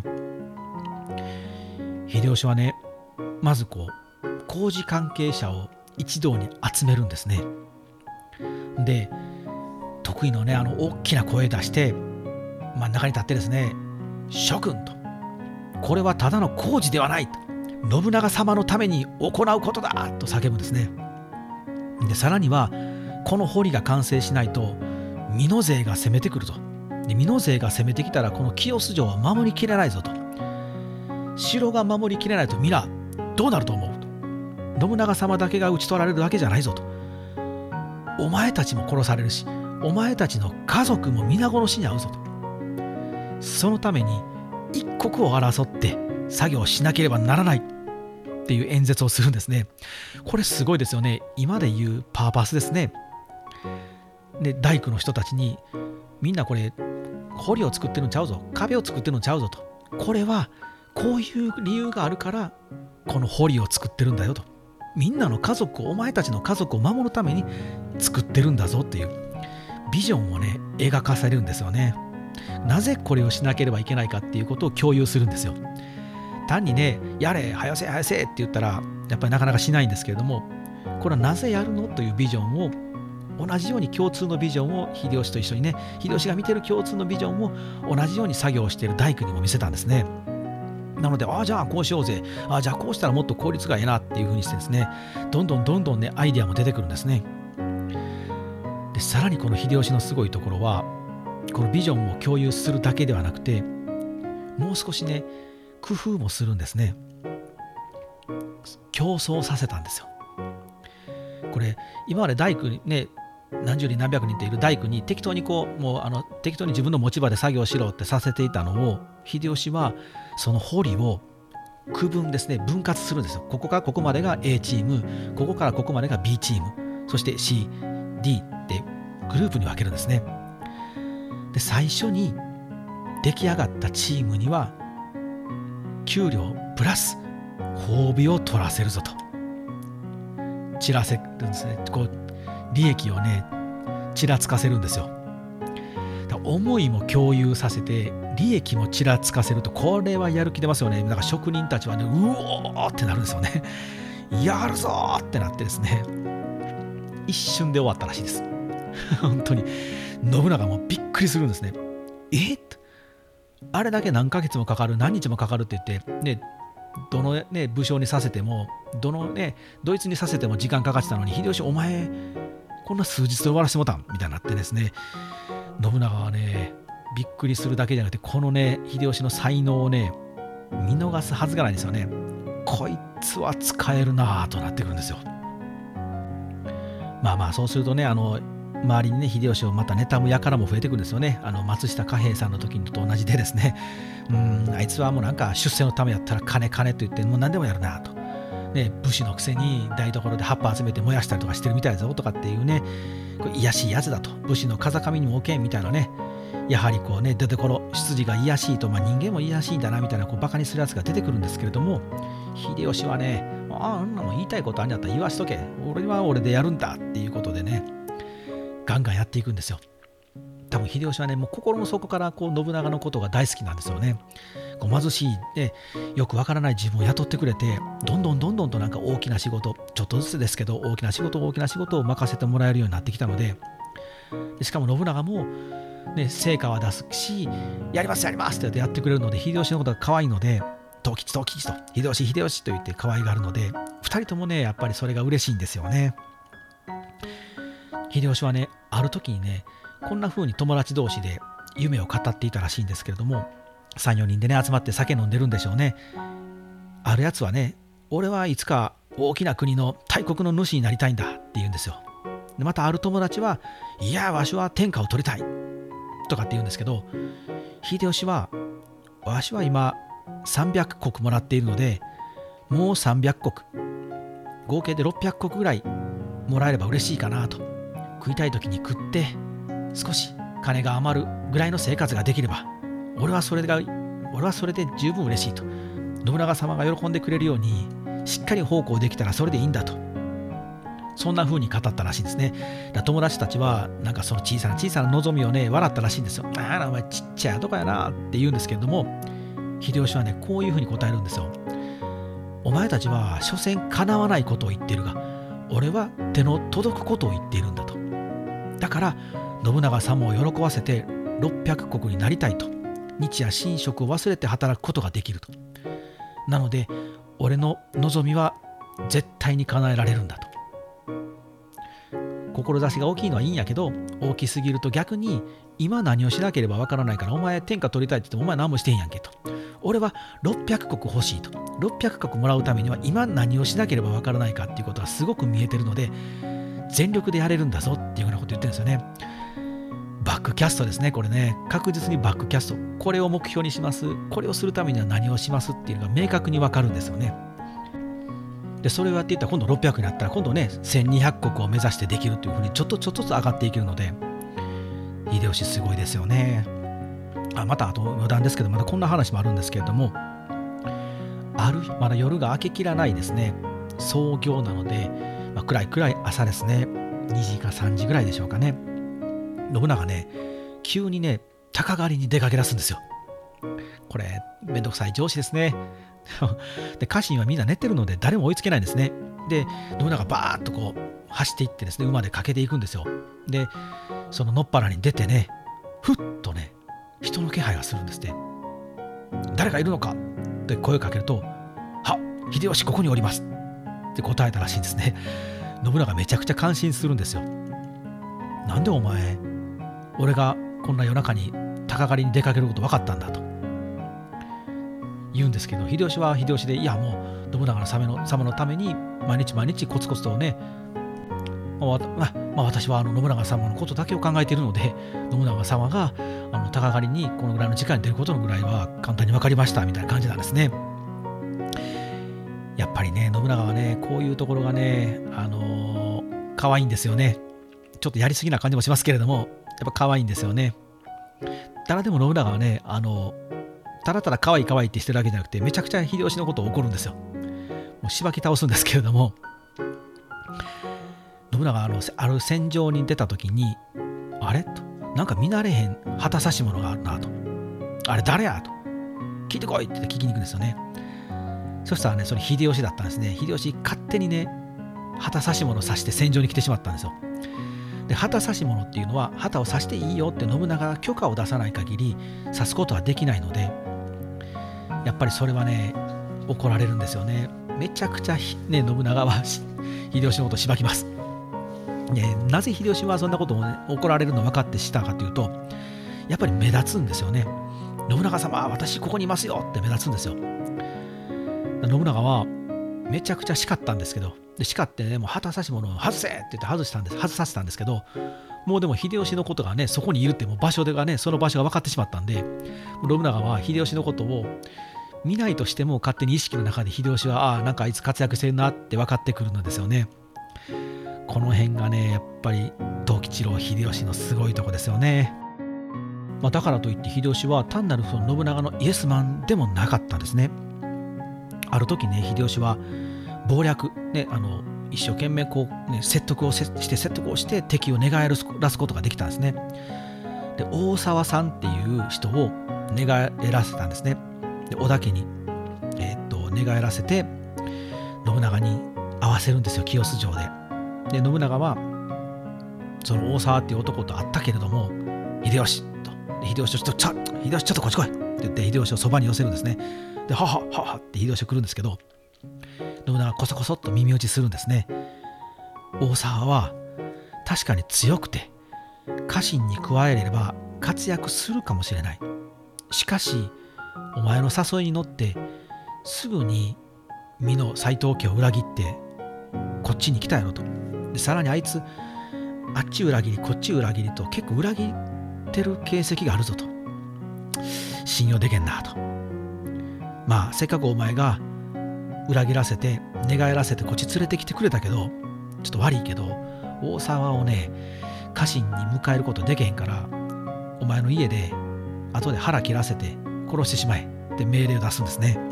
秀吉はねまずこう工事関係者を一堂に集めるんですね。で得意のね大きな声出して真ん中に立ってですね、諸君とこれはただの工事ではないと信長様のために行うことだと叫ぶんですね。でさらにはこの堀が完成しないと美濃勢が攻めてくると。で美濃勢が攻めてきたらこの清須城は守りきれないぞと。城が守りきれないと皆どうなると思うと。信長様だけが討ち取られるわけじゃないぞと。お前たちも殺されるしお前たちの家族も皆殺しに遭うぞと。そのために一刻を争って作業しなければならないっていう演説をするんですね。これすごいですよね。今で言うパーパスですね。で大工の人たちにみんなこれ堀を作ってるんちゃうぞ、壁を作ってるんちゃうぞと。これはこういう理由があるからこの堀を作ってるんだよと。みんなの家族をお前たちの家族を守るために作ってるんだぞっていうビジョンをね描かされるんですよね。なぜこれをしなければいけないかっていうことを共有するんですよ。単にねやれ早せ早せって言ったらやっぱりなかなかしないんですけれども、これはなぜやるのというビジョンを同じように共通のビジョンを秀吉と一緒にね秀吉が見てる共通のビジョンを同じように作業している大工にも見せたんですね。なのでじゃあこうしようぜ、じゃあこうしたらもっと効率がいいなっていう風にしてですねどんどんねアイデアも出てくるんですね。でさらにこの秀吉のすごいところはこのビジョンを共有するだけではなくてもう少しね工夫もするんですね。競争させたんですよ。これ今まで大工にね何十人何百人っている大工に適当に適当に自分の持ち場で作業しろってさせていたのを秀吉はその堀を区分ですね分割するんですよ。ここからここまでが A チーム、ここからここまでが B チーム、そして C、D ってグループに分けるんですね。で最初に出来上がったチームには給料プラス褒美を取らせるぞと散らせるんですね。こう利益をねちらつかせるんですよ。思いも共有させて利益もちらつかせるとこれはやる気出ますよね。だから職人たちはねうおーってなるんですよね。やるぞーってなってですね一瞬で終わったらしいです。本当に信長もびっくりするんですね。あれだけ何ヶ月もかかる何日もかかるって言ってねどのね武将にさせてもどのねドイツにさせても時間かかってたのに秀吉お前こんな数日で終わらせてもたんみたいになってですね信長はねびっくりするだけじゃなくてこのね秀吉の才能をね見逃すはずがないんですよね。こいつは使えるなぁとなってくるんですよ。そうするとね周りにね秀吉をまた妬む輩も増えてくるんですよね。松下貨幣さんの時と同じでですねあいつはもうなんか出世のためやったら金と言ってもう何でもやるなと、ね、武士のくせに台所で葉っぱ集めて燃やしたりとかしてるみたいだぞとかっていうねこれ卑しいやつだと武士の風上にも置けんみたいなねやはりこうね出所出自が卑しいと、人間も卑しいんだなみたいなバカにするやつが出てくるんですけれども秀吉はねあんなもん言いたいことあんやったら言わしとけ俺は俺でやるんだっていうことでねガンガンやっていくんですよ。 多分秀吉はね、もう心の底から信長のことが大好きなんですよね。貧しいでよくわからない自分を雇ってくれて、どんどんとなんか大きな仕事、ちょっとずつですけど大きな仕事を任せてもらえるようになってきたので、しかも信長も、ね、成果は出すし、やりますって言ってやってくれるので、秀吉のことが可愛いので、藤吉と秀吉と言って可愛がるので、2人ともねやっぱりそれが嬉しいんですよね。秀吉はね、ある時にね、こんな風に友達同士で夢を語っていたらしいんですけれども、3、4人でね集まって酒飲んでるんでしょうね。あるやつはね、俺はいつか大きな国の大国の主になりたいんだって言うんですよ。でまたある友達は、いやわしは天下を取りたいとかって言うんですけど、秀吉は、わしは今300石もらっているので、もう300石、合計で600石ぐらいもらえれば嬉しいかなと。食いたい時に食って少し金が余るぐらいの生活ができれば、俺はそれで十分嬉しいと。信長様が喜んでくれるようにしっかり奉公できたらそれでいいんだと、そんな風に語ったらしいんですね。だ友達たちはなんかその小さな望みをね笑ったらしいんですよ。ああお前ちっちゃいとかやなって言うんですけれども、秀吉はねこういう風に答えるんですよ。お前たちは所詮叶わないことを言っているが、俺は手の届くことを言っているんだと。だから信長様を喜ばせて600石になりたいと。日夜寝食を忘れて働くことができると。なので俺の望みは絶対に叶えられるんだと。志が大きいのはいいんやけど、大きすぎると逆に今何をしなければわからないから、お前天下取りたいって言ってもお前何もしてへんやんけと。俺は600石欲しいと。600石もらうためには今何をしなければわからないかっていうことがすごく見えてるので、全力でやれるんだぞっていうようなこと言ってるんですよね。バックキャストですね。これね、確実にバックキャスト、これを目標にします、これをするためには何をしますっていうのが明確に分かるんですよね。でそれをやっていったら今度600になったら今度ね1200石を目指してできるというふうにちょっとずつ上がっていけるので、秀吉すごいですよね。またあと余談ですけど、まだこんな話もあるんですけれども、ある日まだ夜が明けきらないですね、創業なので、暗い朝ですね、2時か3時ぐらいでしょうかね。信長ね急にね鷹狩りに出かけ出すんですよ。これめんどくさい上司ですね。で家臣はみんな寝てるので誰も追いつけないんですね。で信長バーッとこう走っていってですね、馬で駆けていくんですよ。でその野っ原に出てね、ふっとね人の気配がするんですね。誰かいるのかって声をかけると、は秀吉ここにおりますって答えたらしいんですね。信長めちゃくちゃ感心するんですよ。なんでお前俺がこんな夜中に鷹狩りに出かけること分かったんだと言うんですけど、秀吉は秀吉で、いやもう信長様のために毎日コツコツとね、私は信長様のことだけを考えているので、信長様が鷹狩りにこのぐらいの時間に出ることのぐらいは簡単に分かりましたみたいな感じなんですね。やっぱりね信長はねこういうところがね可愛いんですよね。ちょっとやりすぎな感じもしますけれども、やっぱ可愛いんですよね。ただでも信長はねただただ可愛いってしてるわけじゃなくて、めちゃくちゃ秀吉のことを怒るんですよ。もうしばき倒すんですけれども、信長はある戦場に出た時に、あれとなんか見慣れへん旗差し物があるなと、あれ誰やと聞いてこいって聞きに行くんですよね。そしたらねそれ秀吉だったんですね。秀吉勝手にね旗差し物を刺して戦場に来てしまったんですよ。で旗差し物っていうのは旗を刺していいよって信長が許可を出さない限り刺すことはできないので、やっぱりそれはね怒られるんですよね。めちゃくちゃね信長は秀吉のことをしばきます。なぜ秀吉はそんなことを、ね、怒られるの分かってしたかというと、やっぱり目立つんですよね。信長様私ここにいますよって目立つんですよ。信長はめちゃくちゃ叱ったんですけど、で叱ってねもう旗差し物を外せって言って外させたんですけど、もうでも秀吉のことがねそこにいるってもう場所がねその場所が分かってしまったんで、信長は秀吉のことを見ないとしても勝手に意識の中で秀吉はなんかあいつ活躍してるなって分かってくるんですよね。この辺がねやっぱり藤吉郎秀吉のすごいとこですよね。だからといって秀吉は単なるその信長のイエスマンでもなかったんですね。ある時ね秀吉は謀略、ね、一生懸命こう、ね、説得をして敵を寝返らすことができたんですね。 で大沢さんっていう人を寝返らせたんですね。で織田家に、寝返らせて信長に会わせるんですよ、清洲城で。で信長はその大沢っていう男と会ったけれども、秀吉と、で秀吉ちょっとこっち来いって言って秀吉をそばに寄せるんですね。でははははって秀吉が来るんですけど、信長こそこそっと耳打ちするんですね。大沢は確かに強くて家臣に加えれば活躍するかもしれない。しかしお前の誘いに乗ってすぐに美濃斎藤家を裏切ってこっちに来たやろと。でさらにあいつあっち裏切りこっち裏切りと結構裏切ってる形跡があるぞと。信用でけんなと。まあせっかくお前が裏切らせて寝返らせてこっち連れてきてくれたけど、ちょっと悪いけど大沢をね家臣に迎えることでけへんから、お前の家で後で腹切らせて殺してしまえって命令を出すんですね。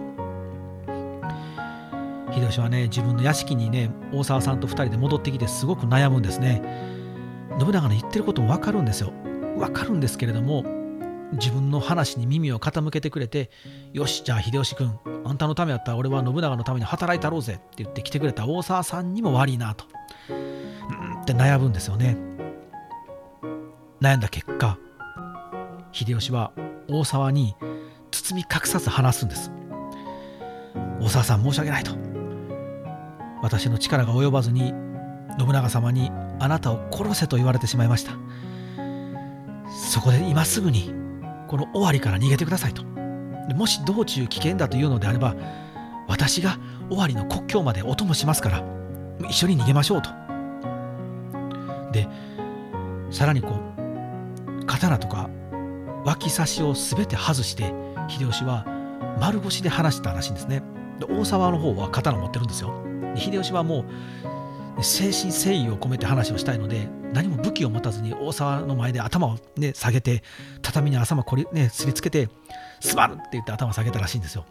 秀吉はね自分の屋敷にね大沢さんと2人で戻ってきてすごく悩むんですね。信長の言ってることも分かるんですよ。分かるんですけれども、自分の話に耳を傾けてくれて、よしじゃあ秀吉君あんたのためやったら俺は信長のために働いたろうぜって言って来てくれた大沢さんにも悪いなとって悩むんですよね。悩んだ結果、秀吉は大沢に包み隠さず話すんです。大沢さん申し訳ないと。私の力が及ばずに信長様にあなたを殺せと言われてしまいました。そこで今すぐにこの尾張から逃げてくださいと。もし道中危険だというのであれば、私が尾張の国境までお供しますから一緒に逃げましょうと。でさらにこう刀とか脇差しを全て外して秀吉は丸腰で話したらしいんですね。で大沢の方は刀持ってるんですよ。で秀吉はもう誠心誠意を込めて話をしたいので、何も武器を持たずに大沢の前で頭を、ね、下げて畳に頭こり、ね、すりつけてすまるって言って頭を下げたらしいんですよ。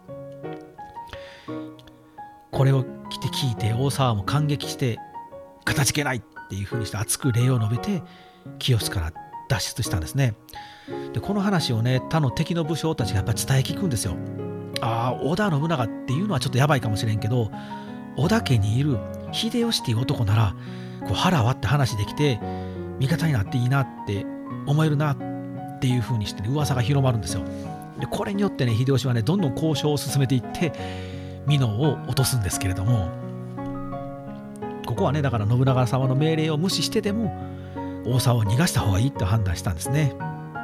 これを聞いて大沢も感激してかたじけないっていうふうにして熱く礼を述べて清須から脱出したんですね。でこの話をね他の敵の武将たちがやっぱり伝え聞くんですよ。ああ織田信長っていうのはちょっとやばいかもしれんけど、織田家にいる秀吉っていう男ならこう腹割って話できて味方になっていいなって思えるなっていう風にして、ね、噂が広まるんですよ。でこれによってね秀吉はねどんどん交渉を進めていって美濃を落とすんですけれども、ここはねだから信長様の命令を無視してでも大沢を逃がした方がいいと判断したんですね。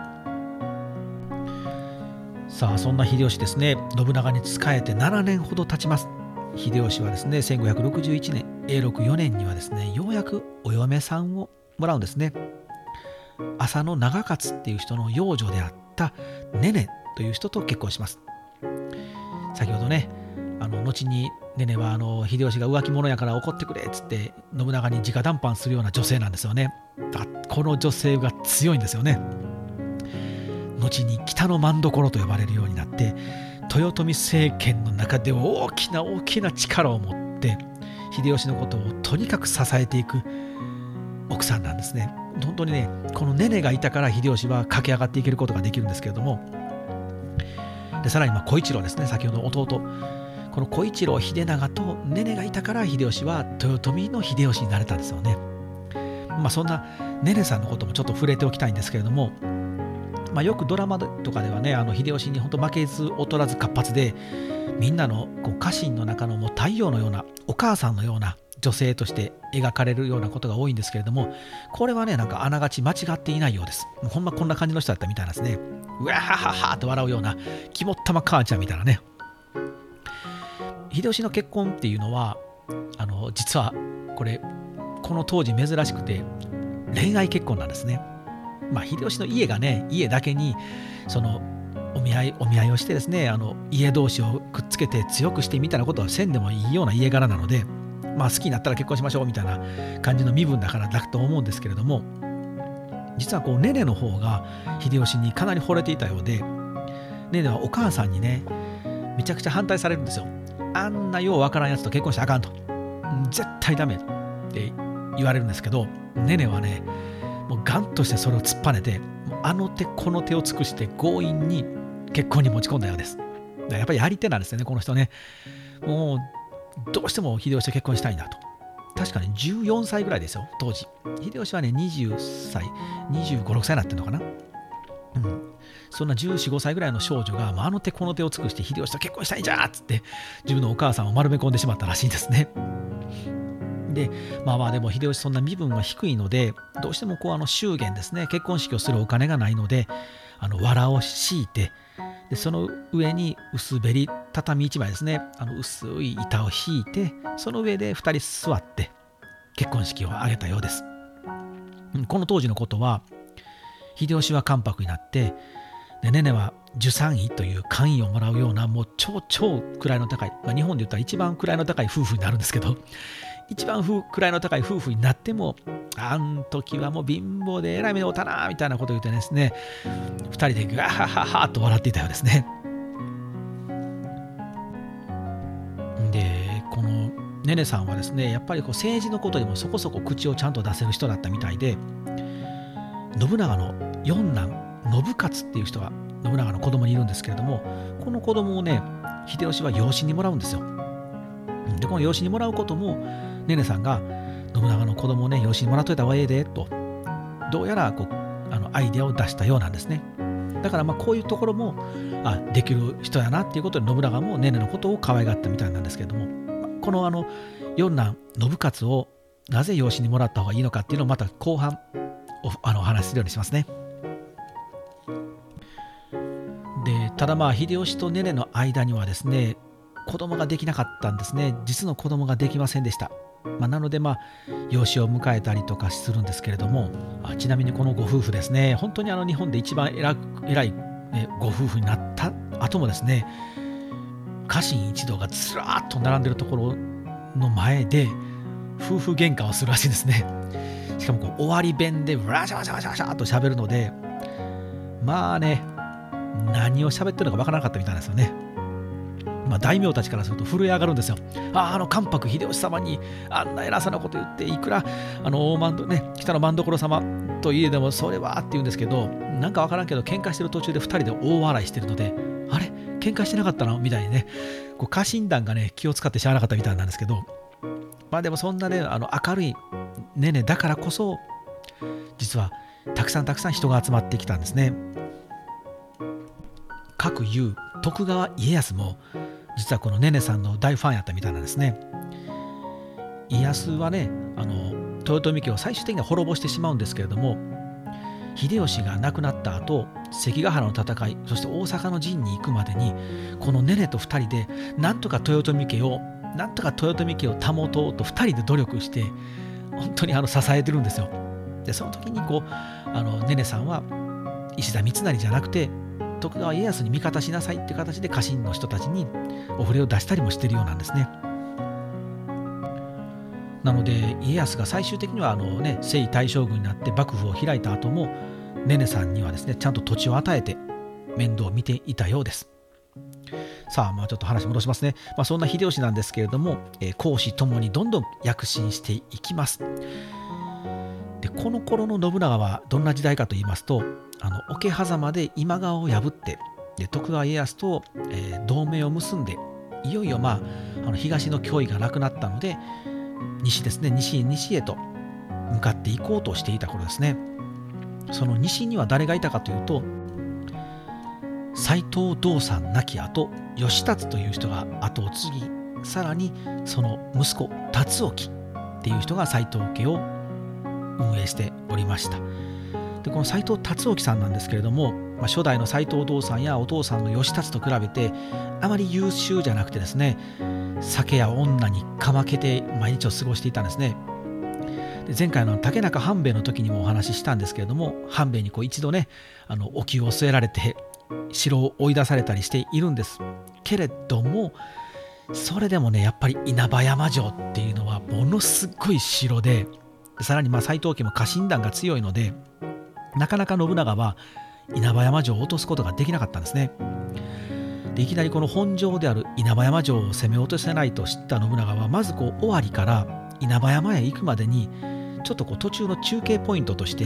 さあそんな秀吉ですね、信長に仕えて7年ほど経ちます。秀吉はですね1561年永禄4年にはですねようやくお嫁さんをもらうんですね。浅野長勝っていう人の養女であったねねという人と結婚します。先ほどね後にねねは秀吉が浮気者やから怒ってくれっつって信長に直談判するような女性なんですよね。この女性が強いんですよね。後に北の政所と呼ばれるようになって豊臣政権の中で大きな力を持って秀吉のことをとにかく支えていく奥さんなんですね。本当にねこのねねがいたから秀吉は駆け上がっていけることができるんですけれども、でさらに小一郎ですね、先ほどの弟、この小一郎秀長とねねがいたから秀吉は豊臣の秀吉になれたんですよね。そんなねねさんのこともちょっと触れておきたいんですけれども、よくドラマとかではね秀吉に本当負けず劣らず活発で、みんなのこう家臣の中のもう太陽のようなお母さんのような女性として描かれるようなことが多いんですけれども、これはねなんかあながち間違っていないようです。もうほんまこんな感じの人だったみたいなんですね。うわはははと笑うような肝っ玉母ちゃんみたいなね。秀吉の結婚っていうのは実はこの当時珍しくて恋愛結婚なんですね。秀吉の家がね家だけにそのお見合いをしてですね家同士をくっつけて強くしてみたいなことはせんでもいいような家柄なので、好きになったら結婚しましょうみたいな感じの身分だからだと思うんですけれども、実はねねの方が秀吉にかなり惚れていたようで、ねねはお母さんにねめちゃくちゃ反対されるんですよ。あんなようわからんやつと結婚したらあかんと、絶対ダメって言われるんですけど、ねねはねもうガンとしてそれを突っぱねて、 あの手この手を尽くして強引に結婚に持ち込んだようです。やっぱりやり手なんですよね、この人ね。もうどうしても秀吉と結婚したいんだと。確かに14歳ぐらいですよ、当時。秀吉はね、20歳、25、6歳になってるのかな。そんな14、5歳ぐらいの少女が、あの手この手を尽くして秀吉と結婚したいんじゃーっつって自分のお母さんを丸め込んでしまったらしいんですね。で、でも秀吉そんな身分が低いので、どうしても祝言ですね、結婚式をするお金がないので、藁を敷いて、でその上に薄べり畳1枚ですね、薄い板を敷いて、その上で2人座って結婚式を挙げたようです。この当時のことは、秀吉は関白になって、でねねは従三位という官位をもらうような、もう超位の高い、日本で言ったら一番位の高い夫婦になるんですけど、一番位の高い夫婦になっても、あん時はもう貧乏でえらい目に遭ったなみたいなことを言ってですね、2人でガハハハと笑っていたようですね。で、このねねさんはですね、やっぱり政治のことでもそこそこ口をちゃんと出せる人だったみたいで、信長の四男信雄っていう人が信長の子供にいるんですけれども、この子供をね、秀吉は養子にもらうんですよ。で、この養子にもらうことも、ねねさんが信長の子供をね、養子にもらっといた方がええでと、どうやらアイデアを出したようなんですね。だからこういうところもできる人やなっていうことで、信長もねねのことを可愛がったみたいなんですけれども、この四男信雄をなぜ養子にもらった方がいいのかっていうのをまた後半お話しするようにしますね。で、ただ秀吉とねねの間にはですね、子供ができなかったんですね。実の子供ができませんでした。なので養子を迎えたりとかするんですけれども、ちなみにこのご夫婦ですね、本当に日本で一番偉い、ご夫婦になった後もですね、家臣一同がずらーっと並んでるところの前で夫婦喧嘩をするらしいですね。しかも終わり弁でワシャワシャワシャワシャと喋るので、何を喋ってるのかわからなかったみたいなんですよね。大名たちからすると震え上がるんですよ。関白秀吉様にあんな偉そうなこと言って、いくら北の政所様といえでもそれはって言うんですけど、なんかわからんけど喧嘩してる途中で2人で大笑いしてるので、あれ喧嘩してなかったのみたいにね、家臣団がね気を使ってしゃあなかったみたいなんですけど、でもそんなね明るいねねだからこそ、実はたくさん人が集まってきたんですね。各有徳川家康も実はこのねねさんの大ファンやったみたいなんですね。家康はね、豊臣家を最終的には滅ぼしてしまうんですけれども、秀吉が亡くなった後、関ヶ原の戦い、そして大阪の陣に行くまでに、このねねと2人でなんとか豊臣家を保とうと2人で努力して本当に支えてるんですよ。でその時にねねさんは石田三成じゃなくて徳川家康に味方しなさいっていう形で家臣の人たちにお触れを出したりもしてるようなんですね。なので家康が最終的には征夷大将軍になって幕府を開いた後も、ねねさんにはですねちゃんと土地を与えて面倒を見ていたようです。さあ、ちょっと話戻しますね。そんな秀吉なんですけれども、公私ともにどんどん躍進していきます。でこの頃の信長はどんな時代かと言いますと、桶狭間で今川を破って、で徳川家康と、同盟を結んで、いよいよ東の脅威がなくなったので西ですね、西へと向かっていこうとしていた頃ですね。その西には誰がいたかというと、斎藤道三亡き後、義達という人が後を継ぎ、さらにその息子辰興っていう人が斎藤家を運営しておりました。でこの斎藤辰興さんなんですけれども、初代の斎藤道三やお父さんの義達と比べてあまり優秀じゃなくてですね、酒や女にかまけて毎日を過ごしていたんですね。で前回の竹中半兵衛の時にもお話ししたんですけれども、半兵衛に一度ねお灸を据えられて城を追い出されたりしているんですけれども、それでもねやっぱり稲葉山城っていうのはものすごい城で、さらに斎藤家も家臣団が強いので、なかなか信長は稲葉山城を落とすことができなかったんですね。でいきなりこの本城である稲葉山城を攻め落とせないと知った信長は、まず尾張から稲葉山へ行くまでにちょっと途中の中継ポイントとして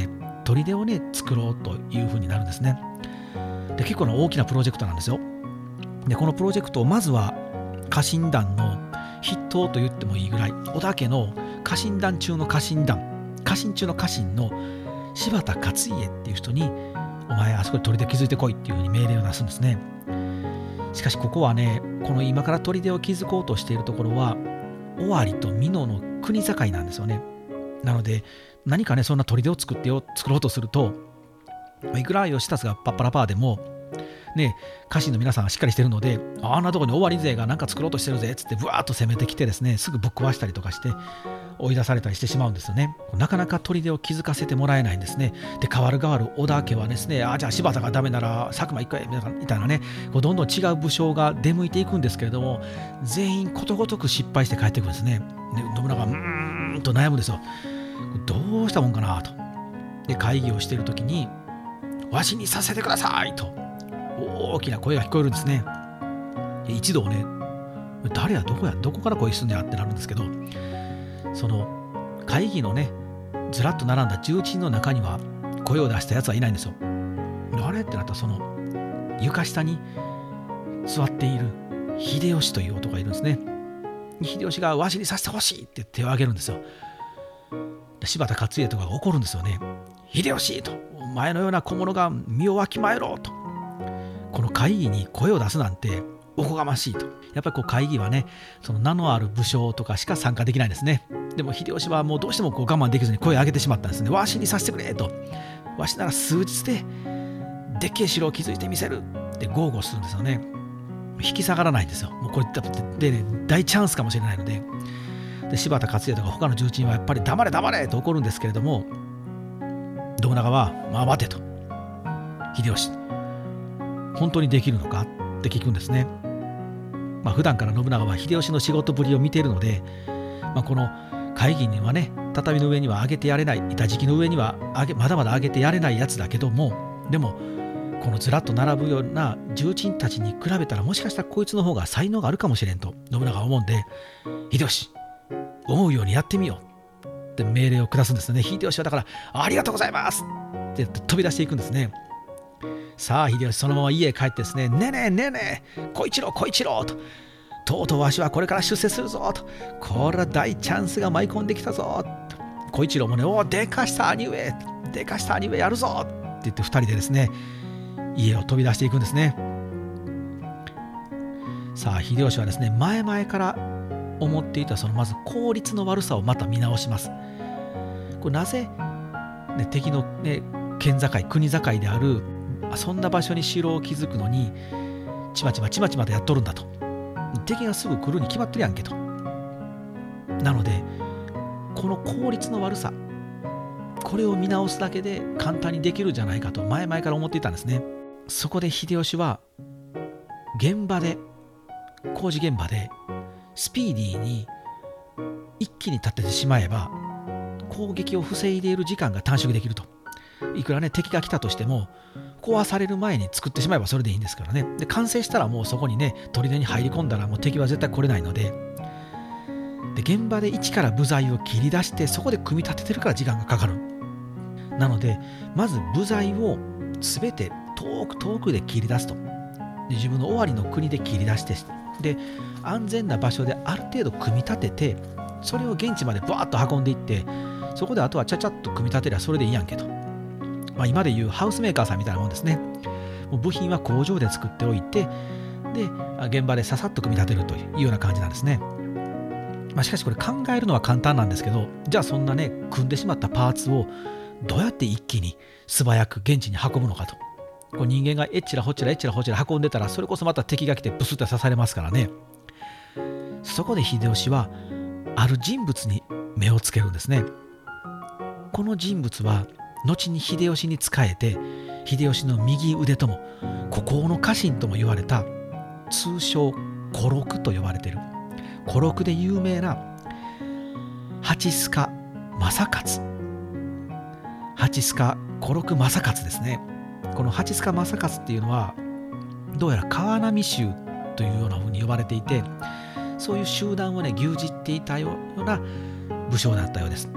砦をね作ろうというふうになるんですね。で結構な大きなプロジェクトなんですよ。でこのプロジェクトをまずは家臣団の筆頭と言ってもいいぐらい、織田家の家臣団中の家臣団、家臣中の家臣の柴田勝家っていう人に、お前あそこに砦築いてこいっていうふうに命令を出すんですね。しかしここはね、この今から砦を築こうとしているところは尾張と美濃の国境なんですよね。なので何かねそんな砦を作ろうとすると、いくら義達がパッパラパーでもね、家臣の皆さんはしっかりしてるので、あんなとこに尾張勢がなんか作ろうとしてるぜっつってブワーッと攻めてきてですね、すぐぶっ壊したりとかして追い出されたりしてしまうんですよね。なかなか砦を築かせてもらえないんですね。で代わる織田家はですね、じゃあ柴田がダメなら佐久間一回みたいなね、こうどんどん違う武将が出向いていくんですけれども、全員ことごとく失敗して帰ってくるんですね。で信長がと悩むんですよ。どうしたもんかなと。で会議をしている時に、わしにさせてくださいと大きな声が聞こえるんですね。一同ね、誰やどこやどこから声すんねやってなるんですけど、その会議のねずらっと並んだ重鎮の中には声を出したやつはいないんですよ。あれってなったら、その床下に座っている秀吉という男がいるんですね。秀吉がわしにさせてほしいって手を挙げるんですよ。柴田勝家とかが怒るんですよね。秀吉と、お前のような小物が身をわきまえろと、この会議に声を出すなんておこがましいと。やっぱりこう会議はね、その名のある武将とかしか参加できないんですね。でも秀吉はもうどうしてもこう我慢できずに声を上げてしまったんですね。わしにさせてくれと、わしなら数日ででっけえ城を築いてみせるって豪語するんですよね。引き下がらないんですよ。もうこれでね、大チャンスかもしれないので。で柴田勝家とか他の重鎮はやっぱり黙れ黙れと怒るんですけれども、信長はまあ待てと、秀吉本当にできるのかって聞くんですね。普段から信長は秀吉の仕事ぶりを見ているので、この会議にはね、畳の上には上げてやれない、板敷きの上にはまだまだ上げてやれないやつだけども、でもこのずらっと並ぶような重鎮たちに比べたら、もしかしたらこいつの方が才能があるかもしれんと信長は思うんで、秀吉思うようにやってみようって命令を下すんですね。秀吉はだからありがとうございますって飛び出していくんですね。さあ秀吉そのまま家へ帰ってですね、ねえねえねえねえ小一郎とうとうわしはこれから出世するぞと、これは大チャンスが舞い込んできたぞと。小一郎もね、でかした兄上やるぞって言って2人でですね家を飛び出していくんですね。さあ秀吉はですね、前々から思っていたそのまず効率の悪さをまた見直します。これなぜ、ね、敵の、ね、県境国境であるそんな場所に城を築くのにちまちまとやっとるんだと。敵がすぐ来るに決まってるやんけと。なのでこの効率の悪さ、これを見直すだけで簡単にできるんじゃないかと前々から思っていたんですね。そこで秀吉は工事現場でスピーディーに一気に立ててしまえば攻撃を防いでいる時間が短縮できると。いくらね敵が来たとしても壊される前に作ってしまえばそれでいいんですからね。で完成したらもうそこにね砦に入り込んだらもう敵は絶対来れないので、現場で一から部材を切り出してそこで組み立ててるから時間がかかる。なのでまず部材を全て遠くで切り出すと。で自分の尾張の国で切り出して、で安全な場所である程度組み立てて、それを現地までバーッと運んでいって、そこであとはちゃちゃっと組み立てりゃそれでいいやんけと。今でいうハウスメーカーさんみたいなもんですね。もう部品は工場で作っておいて、で現場でささっと組み立てるというような感じなんですね。しかしこれ考えるのは簡単なんですけど、じゃあそんなね組んでしまったパーツをどうやって一気に素早く現地に運ぶのかと。こう人間がえっちらほっちら運んでたら、それこそまた敵が来てブスッと刺されますからね。そこで秀吉はある人物に目をつけるんですね。この人物は後に秀吉に仕えて、秀吉の右腕とも孤高の家臣とも言われた、通称小六と呼ばれている、小六で有名な蜂須賀正勝、蜂須賀小六正勝ですね。この蜂須賀正勝っていうのはどうやら川波衆というような風に呼ばれていて、そういう集団をね牛耳っていたような武将だったようです。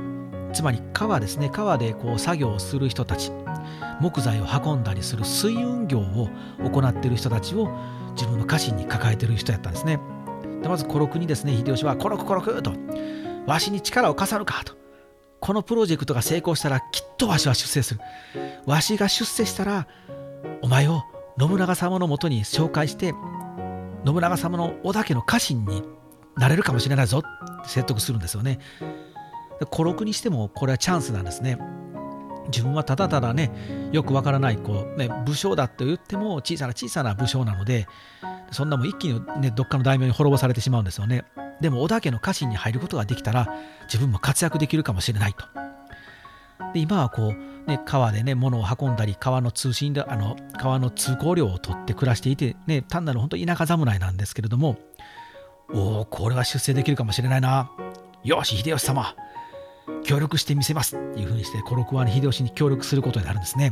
つまり川ですね。川でこう作業をする人たち、木材を運んだりする水運業を行っている人たちを自分の家臣に抱えている人やったんですね。でまず小六にですね、秀吉はコロクコロクと、わしに力を貸さぬかと、このプロジェクトが成功したらきっとわしは出世する、わしが出世したらお前を信長様のもとに紹介して信長様の織田家の家臣になれるかもしれないぞって説得するんですよね。小六にしてもこれはチャンスなんですね。自分はただただね、よくわからない武将だと言っても小さな武将なので、そんなもん一気に、ね、どっかの大名に滅ぼされてしまうんですよね。でも織田家の家臣に入ることができたら自分も活躍できるかもしれないと。で今は川でね物を運んだり、川の通行料を取って暮らしていて、ね、単なる本当田舎侍なんですけれども、これは出世できるかもしれないな、よし秀吉様協力してみせますっていうふうにして、小六は秀吉に協力することになるんですね。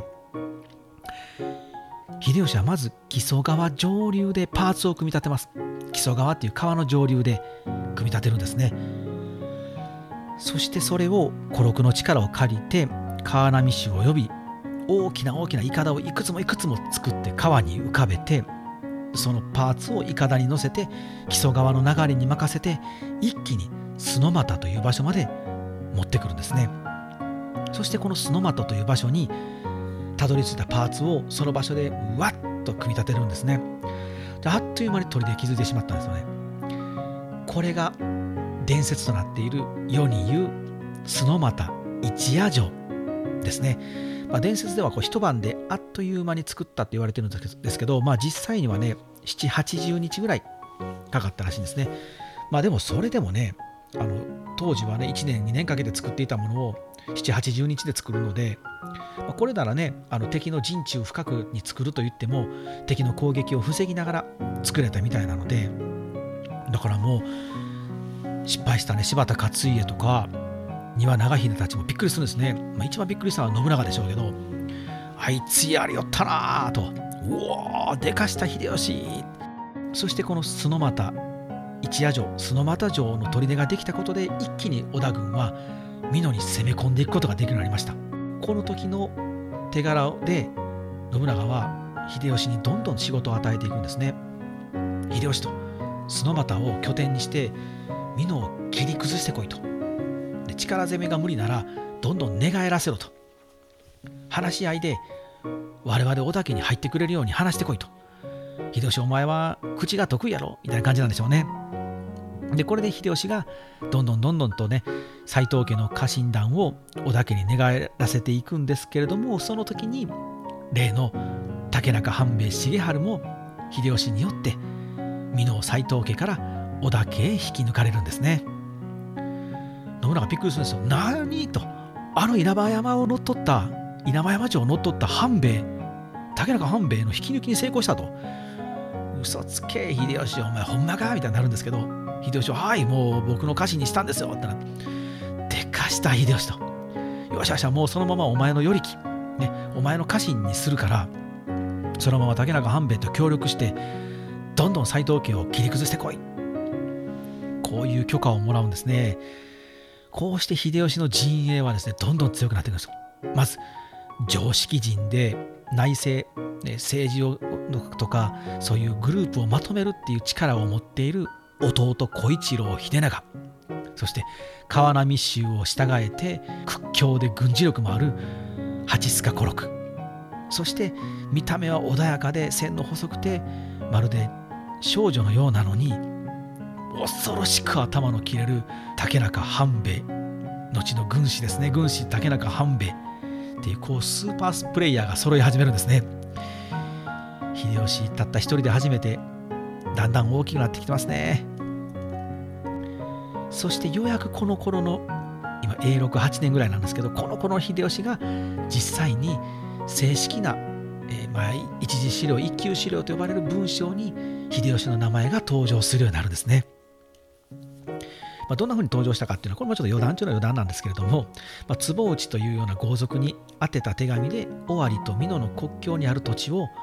秀吉はまず木曽川上流でパーツを組み立てます。木曽川っていう川の上流で組み立てるんですね。そしてそれを小六の力を借りて川波衆を呼び、大きなイカダをいくつも作って川に浮かべて、そのパーツをイカダに乗せて木曽川の流れに任せて一気に洲俣という場所まで持ってくるんですね。そしてこの洲俣という場所にたどり着いたパーツをその場所でわっと組み立てるんですね。であっという間に砦で気づいてしまったんですよね。これが伝説となっている世に言う洲俣一夜城ですね。伝説では一晩であっという間に作ったって言われてるんですけど、実際にはね7、80日ぐらいかかったらしいんですね。でもそれでもね、当時はね1年2年かけて作っていたものを7、80日で作るので、これならね敵の陣地を深くに作ると言っても敵の攻撃を防ぎながら作れたみたいなので、だからもう失敗したね柴田勝家とか丹羽長秀たちもびっくりするんですね。一番びっくりしたのは信長でしょうけど、あいつやりよったなと、でかした秀吉。そしてこの洲俣一夜城、洲俣城の砦ができたことで一気に織田軍は美濃に攻め込んでいくことができるようになりました。この時の手柄で信長は秀吉にどんどん仕事を与えていくんですね。秀吉と洲俣を拠点にして美濃を切り崩してこいと。で力攻めが無理ならどんどん寝返らせろと。話し合いで我々織田家に入ってくれるように話してこいと。秀吉お前は口が得意やろみたいな感じなんでしょうね。でこれで秀吉がどんどんとね斎藤家の家臣団を織田家に寝返らせていくんですけれども、その時に例の竹中半兵衛重治も秀吉によって美濃斎藤家から織田家へ引き抜かれるんですね。信長びっくりするんですよ。何と、稲葉山城を乗っ取った半兵衛、竹中半兵衛の引き抜きに成功したと。嘘つけ秀吉、お前ほんまかみたいになるんですけど、秀吉ははいもう僕の家臣にしたんですよってなって、でかした秀吉と、よしよしもうそのままお前の与力、ね、お前の家臣にするから、そのまま竹中半兵衛と協力してどんどん斎藤家を切り崩してこい、こういう許可をもらうんですね。こうして秀吉の陣営はですねどんどん強くなっていくんですよ。まず常識人で内政、政治をとかそういうグループをまとめるっていう力を持っている弟小一郎秀長、そして川波衆を従えて屈強で軍事力もある蜂須賀小六、そして見た目は穏やかで線の細くてまるで少女のようなのに恐ろしく頭の切れる竹中半兵衛、後の軍師ですね、軍師竹中半兵衛っていうスーパープレイヤーが揃い始めるんですね。秀吉たった一人で初めてだんだん大きくなってきてますね。そしてようやくこの頃の今永禄8年ぐらいなんですけど、この頃の秀吉が実際に正式な、一次資料一級資料と呼ばれる文章に秀吉の名前が登場するようになるんですね。どんな風に登場したかっていうのはこれもちょっと余談中の余談なんですけれども、坪内というような豪族に宛てた手紙で尾張と美濃の国境にある土地を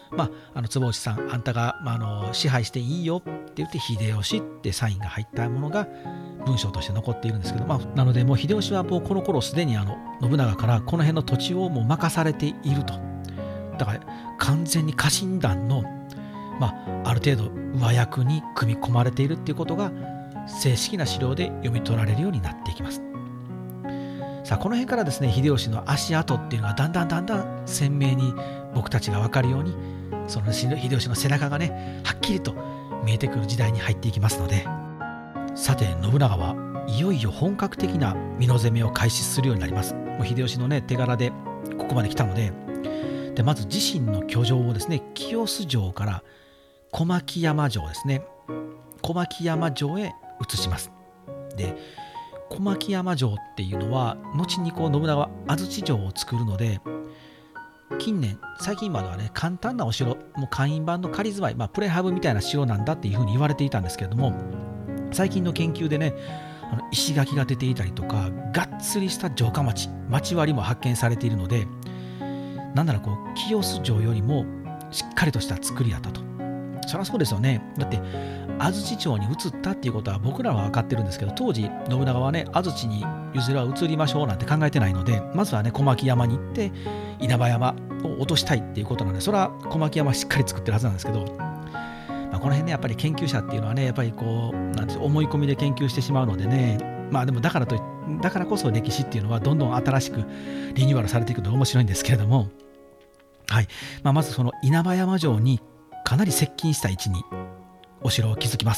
坪内さんあんたが、支配していいよって言って秀吉ってサインが入ったものが文章として残っているんですけど、なのでもう秀吉はもうこの頃すでに信長からこの辺の土地をもう任されていると。だから完全に家臣団の、ある程度上役に組み込まれているっていうことが正式な資料で読み取られるようになっていきます。さあこの辺からですね、秀吉の足跡っていうのがだんだん鮮明に僕たちが分かるように、その秀吉の背中がねはっきりと見えてくる時代に入っていきますので、さて信長はいよいよ本格的な美濃攻めを開始するようになります。もう秀吉のね手柄でここまで来たので、まず自身の居城をですね、清洲城から小牧山城ですね、小牧山城へ移します。で小牧山城っていうのは後に信長は安土城を作るので、最近まではね簡単なお城、もう簡易版の仮住まい、プレハブみたいな城なんだっていうふうに言われていたんですけれども、最近の研究でね石垣が出ていたりとか、がっつりした城下町割りも発見されているので、なんなら清洲城よりもしっかりとした作りだったと。そりゃそうですよね。だって安土城に移ったっていうことは僕らは分かってるんですけど、当時信長はね安土に譲ら移りましょうなんて考えてないので、まずはね小牧山に行って稲葉山を落としたいっていうことなので、それは小牧山しっかり作ってるはずなんですけど、この辺ねやっぱり研究者っていうのはねやっぱりなんて思い込みで研究してしまうのでね、でもだからこそ歴史っていうのはどんどん新しくリニューアルされていくので面白いんですけれども、はい、まずその稲葉山城にかなり接近した位置にお城を築きます。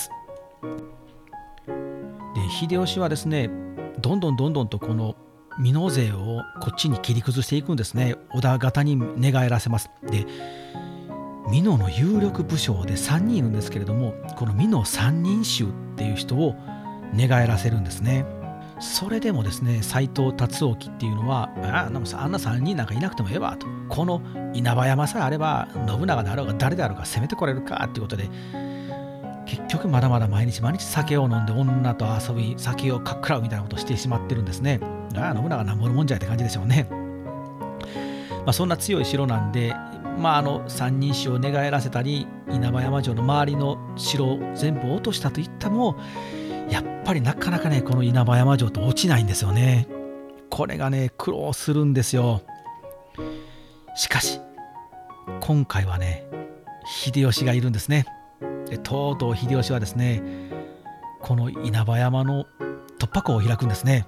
で秀吉はですねどんどんとこの美濃勢をこっちに切り崩していくんですね。織田方に寝返らせます。で美濃の有力武将で3人いるんですけれども、この美濃三人衆っていう人を寝返らせるんですね。それでもですね斎藤達興っていうのはあんな3人なんかいなくてもええわと、この稲葉山さえあれば信長であろうが誰であろうが攻めてこれるかっていうことで、結局まだまだ毎日酒を飲んで女と遊び酒をかっくらうみたいなことをしてしまってるんですね。信長なんぼのもんじゃいって感じでしょうね。そんな強い城なんで、三人衆を寝返らせたり稲葉山城の周りの城を全部落としたといったも、やっぱりなかなかねこの稲葉山城と落ちないんですよね。これがね苦労するんですよ。しかし今回はね秀吉がいるんですね。でとうとう秀吉はですねこの稲葉山の突破口を開くんですね。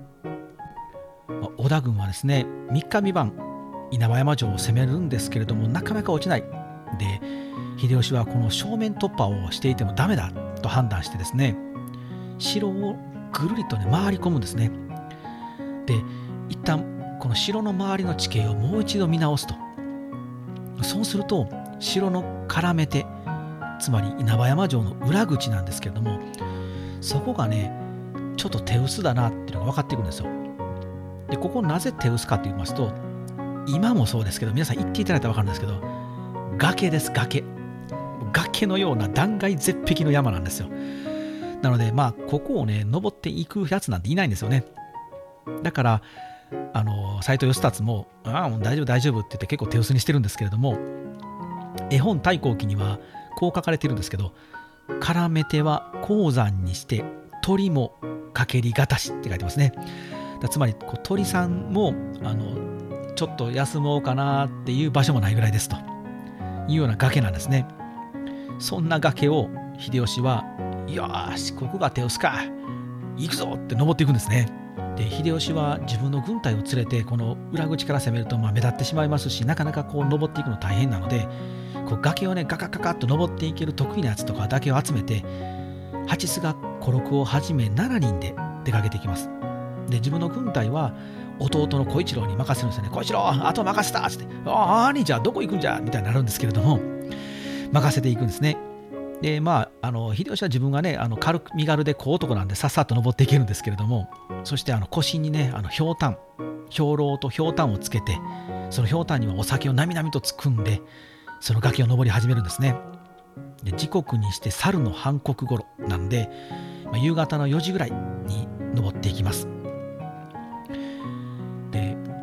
織田軍はですね3日3晩稲葉山城を攻めるんですけれども、なかなか落ちない。で秀吉はこの正面突破をしていてもダメだと判断してですね、城をぐるりとね回り込むんですね。で一旦この城の周りの地形をもう一度見直すと。そうすると城の絡め手、つまり稲葉山城の裏口なんですけれども、そこがねちょっと手薄だなっていうのが分かってくるんですよ。でここなぜ手薄かって言いますと、今もそうですけど皆さん言っていただいたら分かるんですけど、崖です。崖のような断崖絶壁の山なんですよ。なのでここをね登っていくやつなんていないんですよね。だから斎藤義達ももう大丈夫って言って結構手薄にしてるんですけれども、絵本太閤記にはこう書かれているんですけど、絡め手は鉱山にして鳥もかけりがたしって書いてますね。つまり鳥さんもちょっと休もうかなっていう場所もないぐらいですというような崖なんですね。そんな崖を秀吉はよーしここが手薄か行くぞって登っていくんですね。で秀吉は自分の軍隊を連れてこの裏口から攻めると目立ってしまいますし、なかなか登っていくの大変なので、崖をねガカガカっと登っていける得意なやつとかだけを集めて八須賀小六をはじめ7人で出かけていきます。で自分の軍隊は弟の小一郎に任せるんですよね。小一郎あと任せたっつって、兄じゃあどこ行くんじゃみたいになるんですけれども、任せていくんですね。で秀吉は自分がね身軽で小男なんでさっさと登っていけるんですけれども、そして腰にね兵糧とひょうたんをつけて、そのひょうたんにはお酒をなみなみとつくんで、その崖を登り始めるんですね。で時刻にして猿の半刻頃なんで、夕方の4時ぐらいに登っていきます。でよ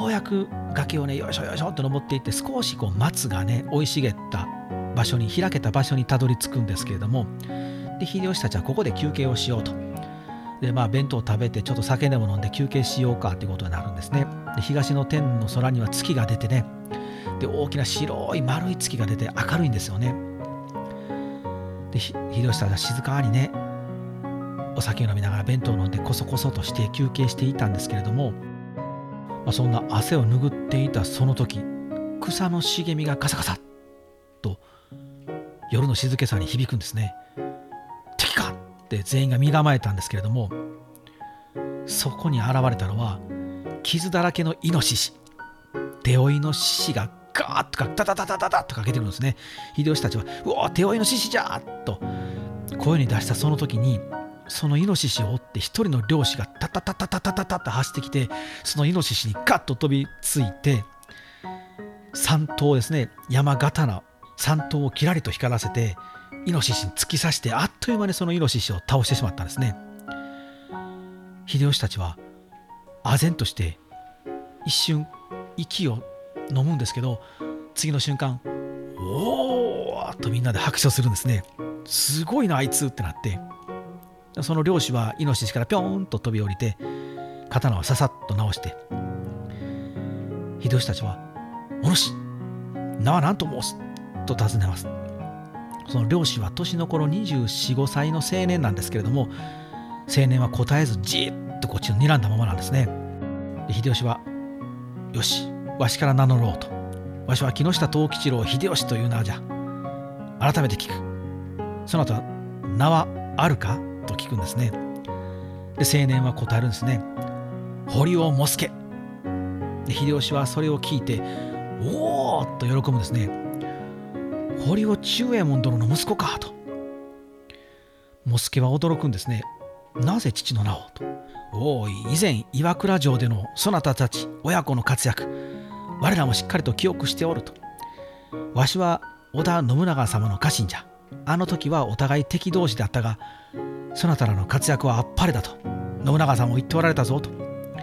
ようやく崖をねよいしょよいしょと登っていって、少し松がね生い茂った場所に、開けた場所にたどり着くんですけれども、で秀吉たちはここで休憩をしようと。で弁当を食べてちょっと酒でも飲んで休憩しようかということになるんですね。で東の天の空には月が出てね、で大きな白い丸い月が出て明るいんですよね。で秀吉たちは静かにねお酒を飲みながら弁当を飲んでこそこそとして休憩していたんですけれども、そんな汗を拭っていたその時、草の茂みがガサガサッと夜の静けさに響くんですね。敵かって全員が身構えたんですけれども、そこに現れたのは傷だらけのイノシシ、手負いの獅子がガーッとかダダダダダダッとかけてくるんですね。秀吉たちはうわ手負いの獅子じゃーと声に出したその時に、そのイノシシを追って一人の漁師がタタタタタタタタと走ってきて、そのイノシシにガッと飛びついて山頭ですね、山刀山頭をキラリと光らせてイノシシに突き刺して、あっという間にそのイノシシを倒してしまったんですね。秀吉たちは唖然として一瞬息を飲むんですけど、次の瞬間おーっとみんなで拍手をするんですね。すごいなあいつってなって、その漁師はイノシシからピョーンと飛び降りて刀をささっと直して、秀吉たちはお主名は何と申すと尋ねます。その漁師は年の頃24、5歳の青年なんですけれども、青年は答えずじっとこっちを睨んだままなんですね。で秀吉はよしわしから名乗ろうと、わしは木下藤吉郎秀吉という名じゃ、改めて聞く、その後名はあるかと聞くんですね。で青年は答えるんですね。堀尾茂助。で秀吉はそれを聞いておーっと喜ぶんですね。堀尾忠右衛門殿の息子かと。茂助は驚くんですね。なぜ父の名をと。おい、以前岩倉城でのそなたたち親子の活躍、我らもしっかりと記憶しておると。わしは織田信長様の家臣じゃ。あの時はお互い敵同士だったが、そなたらの活躍はあっぱれだと信長さんも言っておられたぞと。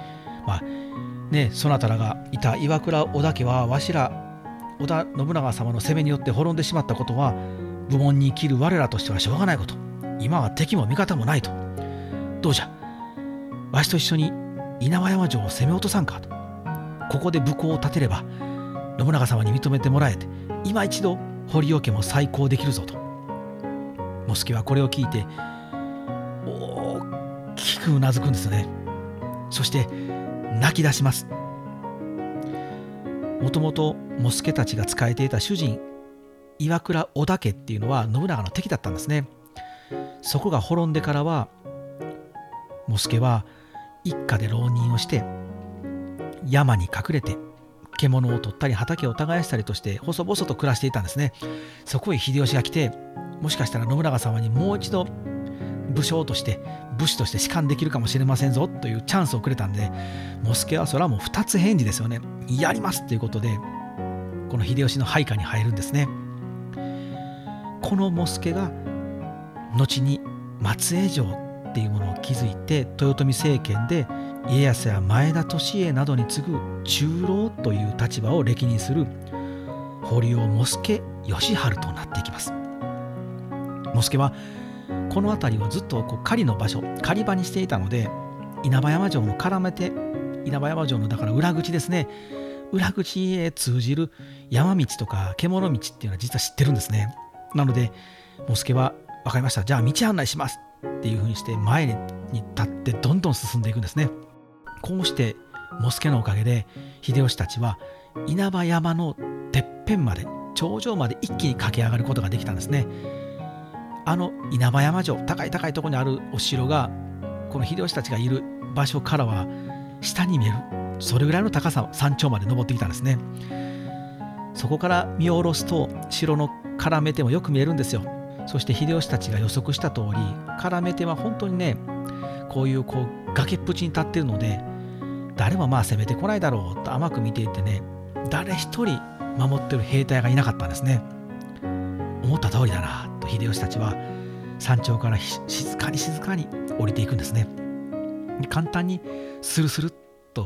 そなたらがいた岩倉織田家は、わしら織田信長様の攻めによって滅んでしまったことは、武門に生きる我らとしてはしょうがないこと。今は敵も味方もないと。どうじゃ、わしと一緒に稲葉山城を攻め落とさんかと。ここで武功を立てれば信長様に認めてもらえて、今一度堀尾家も再興できるぞと。茂助はこれを聞いて大きくうなずくんですよね。そして泣き出します。もともと茂助たちが仕えていた主人岩倉織田家っていうのは信長の敵だったんですね。そこが滅んでからは、茂助は一家で浪人をして山に隠れて獣を取ったり畑を耕したりとして細々と暮らしていたんですね。そこへ秀吉が来て、もしかしたら信長様にもう一度武将として武士として仕官できるかもしれませんぞというチャンスをくれたんで、茂助はそれはもう二つ返事ですよね。やりますということでこの秀吉の配下に入るんですね。この茂助が後に松江城っていうものを築いて、豊臣政権で家康や前田利家などに次ぐ中老という立場を歴任する堀尾茂助義治となっていきます。茂助はこの辺りをずっと狩りの場所、狩り場にしていたので、稲葉山城の絡めて、稲葉山城のだから裏口ですね、裏口へ通じる山道とか獣道っていうのは実は知ってるんですね。なので茂助は分かりました、じゃあ道案内しますっていうふうにして前に立ってどんどん進んでいくんですね。こうして茂助のおかげで秀吉たちは稲葉山のてっぺんまで、頂上まで一気に駆け上がることができたんですね。あの稲葉山城、高い高いところにあるお城がこの秀吉たちがいる場所からは下に見える、それぐらいの高さ、山頂まで登ってきたんですね。そこから見下ろすと城の絡め手もよく見えるんですよ。そして秀吉たちが予測した通り、絡め手は本当にね、こういう崖っぷちに立っているので、誰も攻めてこないだろうと甘く見ていてね、誰一人守ってる兵隊がいなかったんですね。思った通りだなと秀吉たちは山頂から静かに降りていくんですね。簡単にスルスルっと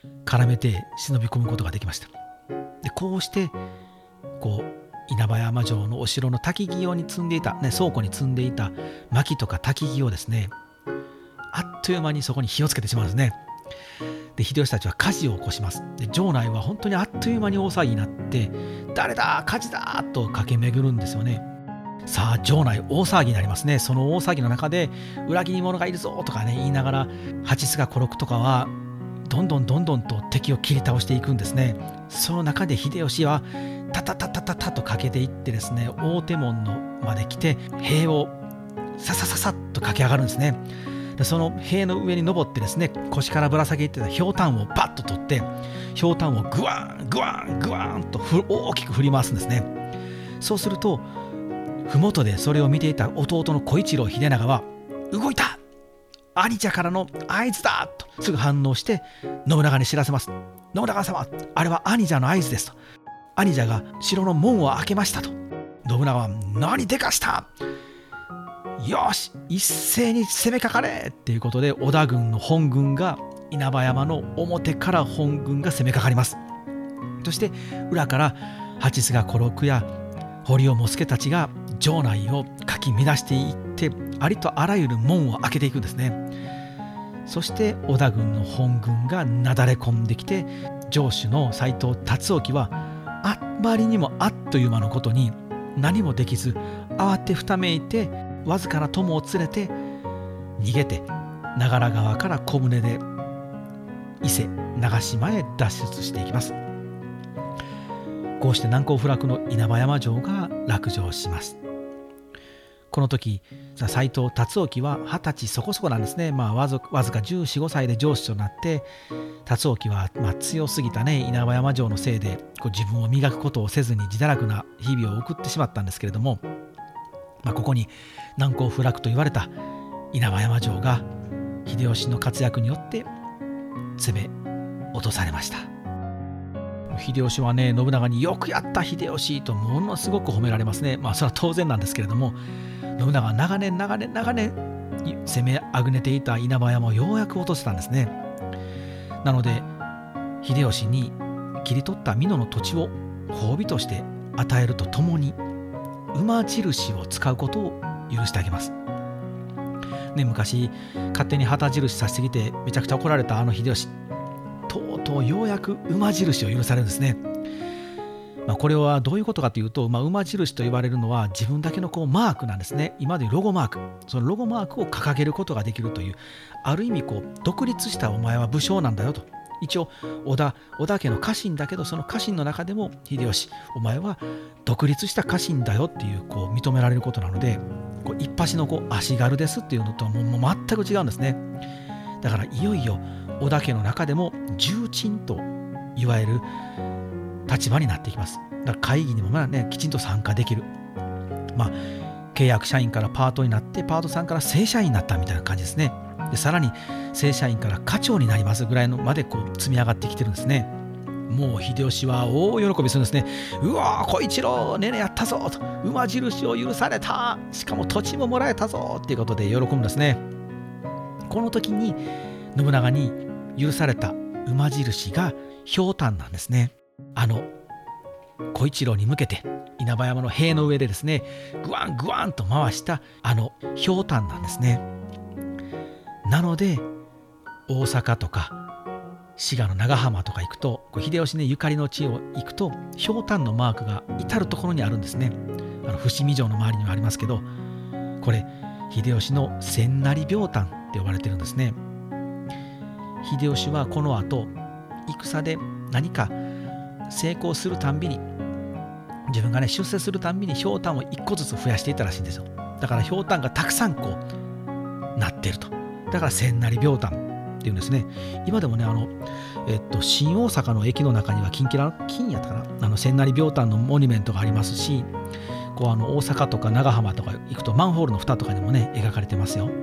絡めて忍び込むことができました。でこうして稲葉山城のお城の焚き木用に積んでいた、倉庫に積んでいた薪とか焚き木をですね、あっという間にそこに火をつけてしまうんですね。で秀吉たちは火事を起こします。で城内は本当にあっという間に大騒ぎになって、誰だ火事だと駆け巡るんですよね。さあ城内大騒ぎになりますね。その大騒ぎの中で裏切り者がいるぞとかね言いながら、蜂須賀小六とかはどんどんと敵を切り倒していくんですね。その中で秀吉はタタタタタタと駆けていってですね、大手門のまで来て塀をささささっと駆け上がるんですね。でその塀の上に登ってですね、腰からぶら下げてたひょうたんをパッと取って、ひょうたんをグワングワングワンと大きく振り回すんですね。そうすると麓でそれを見ていた弟の小一郎秀長は、動いた、兄者からの合図だとすぐ反応して信長に知らせます。信長様、あれは兄者の合図ですと。兄者が城の門を開けましたと。信長は、何でかした、よし一斉に攻めかかれっていうことで、織田軍の本軍が稲葉山の表から本軍が攻めかかります。そして裏から蜂須賀小六や堀尾茂助たちが城内をかき乱していって、ありとあらゆる門を開けていくんですね。そして織田軍の本軍がなだれ込んできて、城主の斎藤辰興はあまりにもあっという間のことに何もできず、慌てふためいてわずかな友を連れて逃げて、長良川から小舟で伊勢長島へ脱出していきます。こうして難攻不落の稲葉山城が落城します。この時斎藤辰興は20歳そこそこなんですね。わずか14、15歳で城主となって、辰興は強すぎたね稲葉山城のせいで自分を磨くことをせずに自堕落な日々を送ってしまったんですけれども、ここに難攻不落と言われた稲葉山城が秀吉の活躍によって攻め落とされました。秀吉はね、信長によくやった秀吉とものすごく褒められますね。それは当然なんですけれども、信長は長年攻めあぐねていた稲葉山をようやく落とせたんですね。なので秀吉に切り取った美濃の土地を褒美として与えるとともに、馬印を使うことを許してあげます。昔勝手に旗印させてきてめちゃくちゃ怒られたあの秀吉、とうとうようやく馬印を許されるんですね。これはどういうことかというと、馬印と言われるのは自分だけのマークなんですね。今でいうロゴマーク、そのロゴマークを掲げることができるという、ある意味独立したお前は武将なんだよと。一応織田家の家臣だけど、その家臣の中でも秀吉お前は独立した家臣だよっていう認められることなので、一発の足軽ですっていうのとはもう全く違うんですね。だからいよいよ織田家の中でも重鎮といわれる立場になっていきます。だから会議にもきちんと参加できる、契約社員からパートになって、パートさんから正社員になったみたいな感じですね。でさらに正社員から課長になりますぐらいのまで積み上がってきてるんですね。もう秀吉は大喜びするんですね。うわー、小一郎ねねやったぞと、馬印を許された、しかも土地ももらえたぞっていうことで喜ぶんですね。この時に信長に許された馬印がひょうたんなんですね。小一郎に向けて稲葉山の塀の上でですね、グワングワンと回したひょうたんなんですね。なので大阪とか滋賀の長浜とか行くと、秀吉ねゆかりの地を行くとひょうたんのマークが至る所にあるんですね。伏見城の周りにはありますけど、これ秀吉の千成秒単って呼ばれてるんですね。秀吉はこの後戦で何か成功するたんびに、自分が出世するたんびにひょうたんを1個ずつ増やしていったらしいんですよ。だからひょうたんがたくさんなっていると。だから千成秒単っていうんですね。今でもね新大阪の駅の中には金やったかな、千成秒単のモニュメントがありますし、大阪とか長浜とか行くとマンホールの蓋とかにもね描かれてますよ。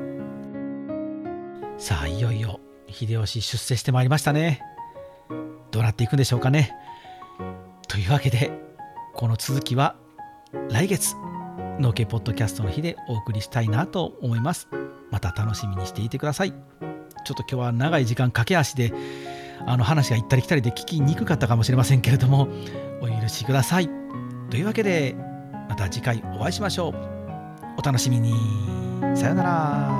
さあいよいよ秀吉出世してまいりましたね。どうなっていくんでしょうかね。というわけでこの続きは来月農家ポッドキャストの日でお送りしたいなと思います。また楽しみにしていてください。ちょっと今日は長い時間駆け足で話が行ったり来たりで聞きにくかったかもしれませんけれども、お許しください。というわけでまた次回お会いしましょう。お楽しみに。さようなら。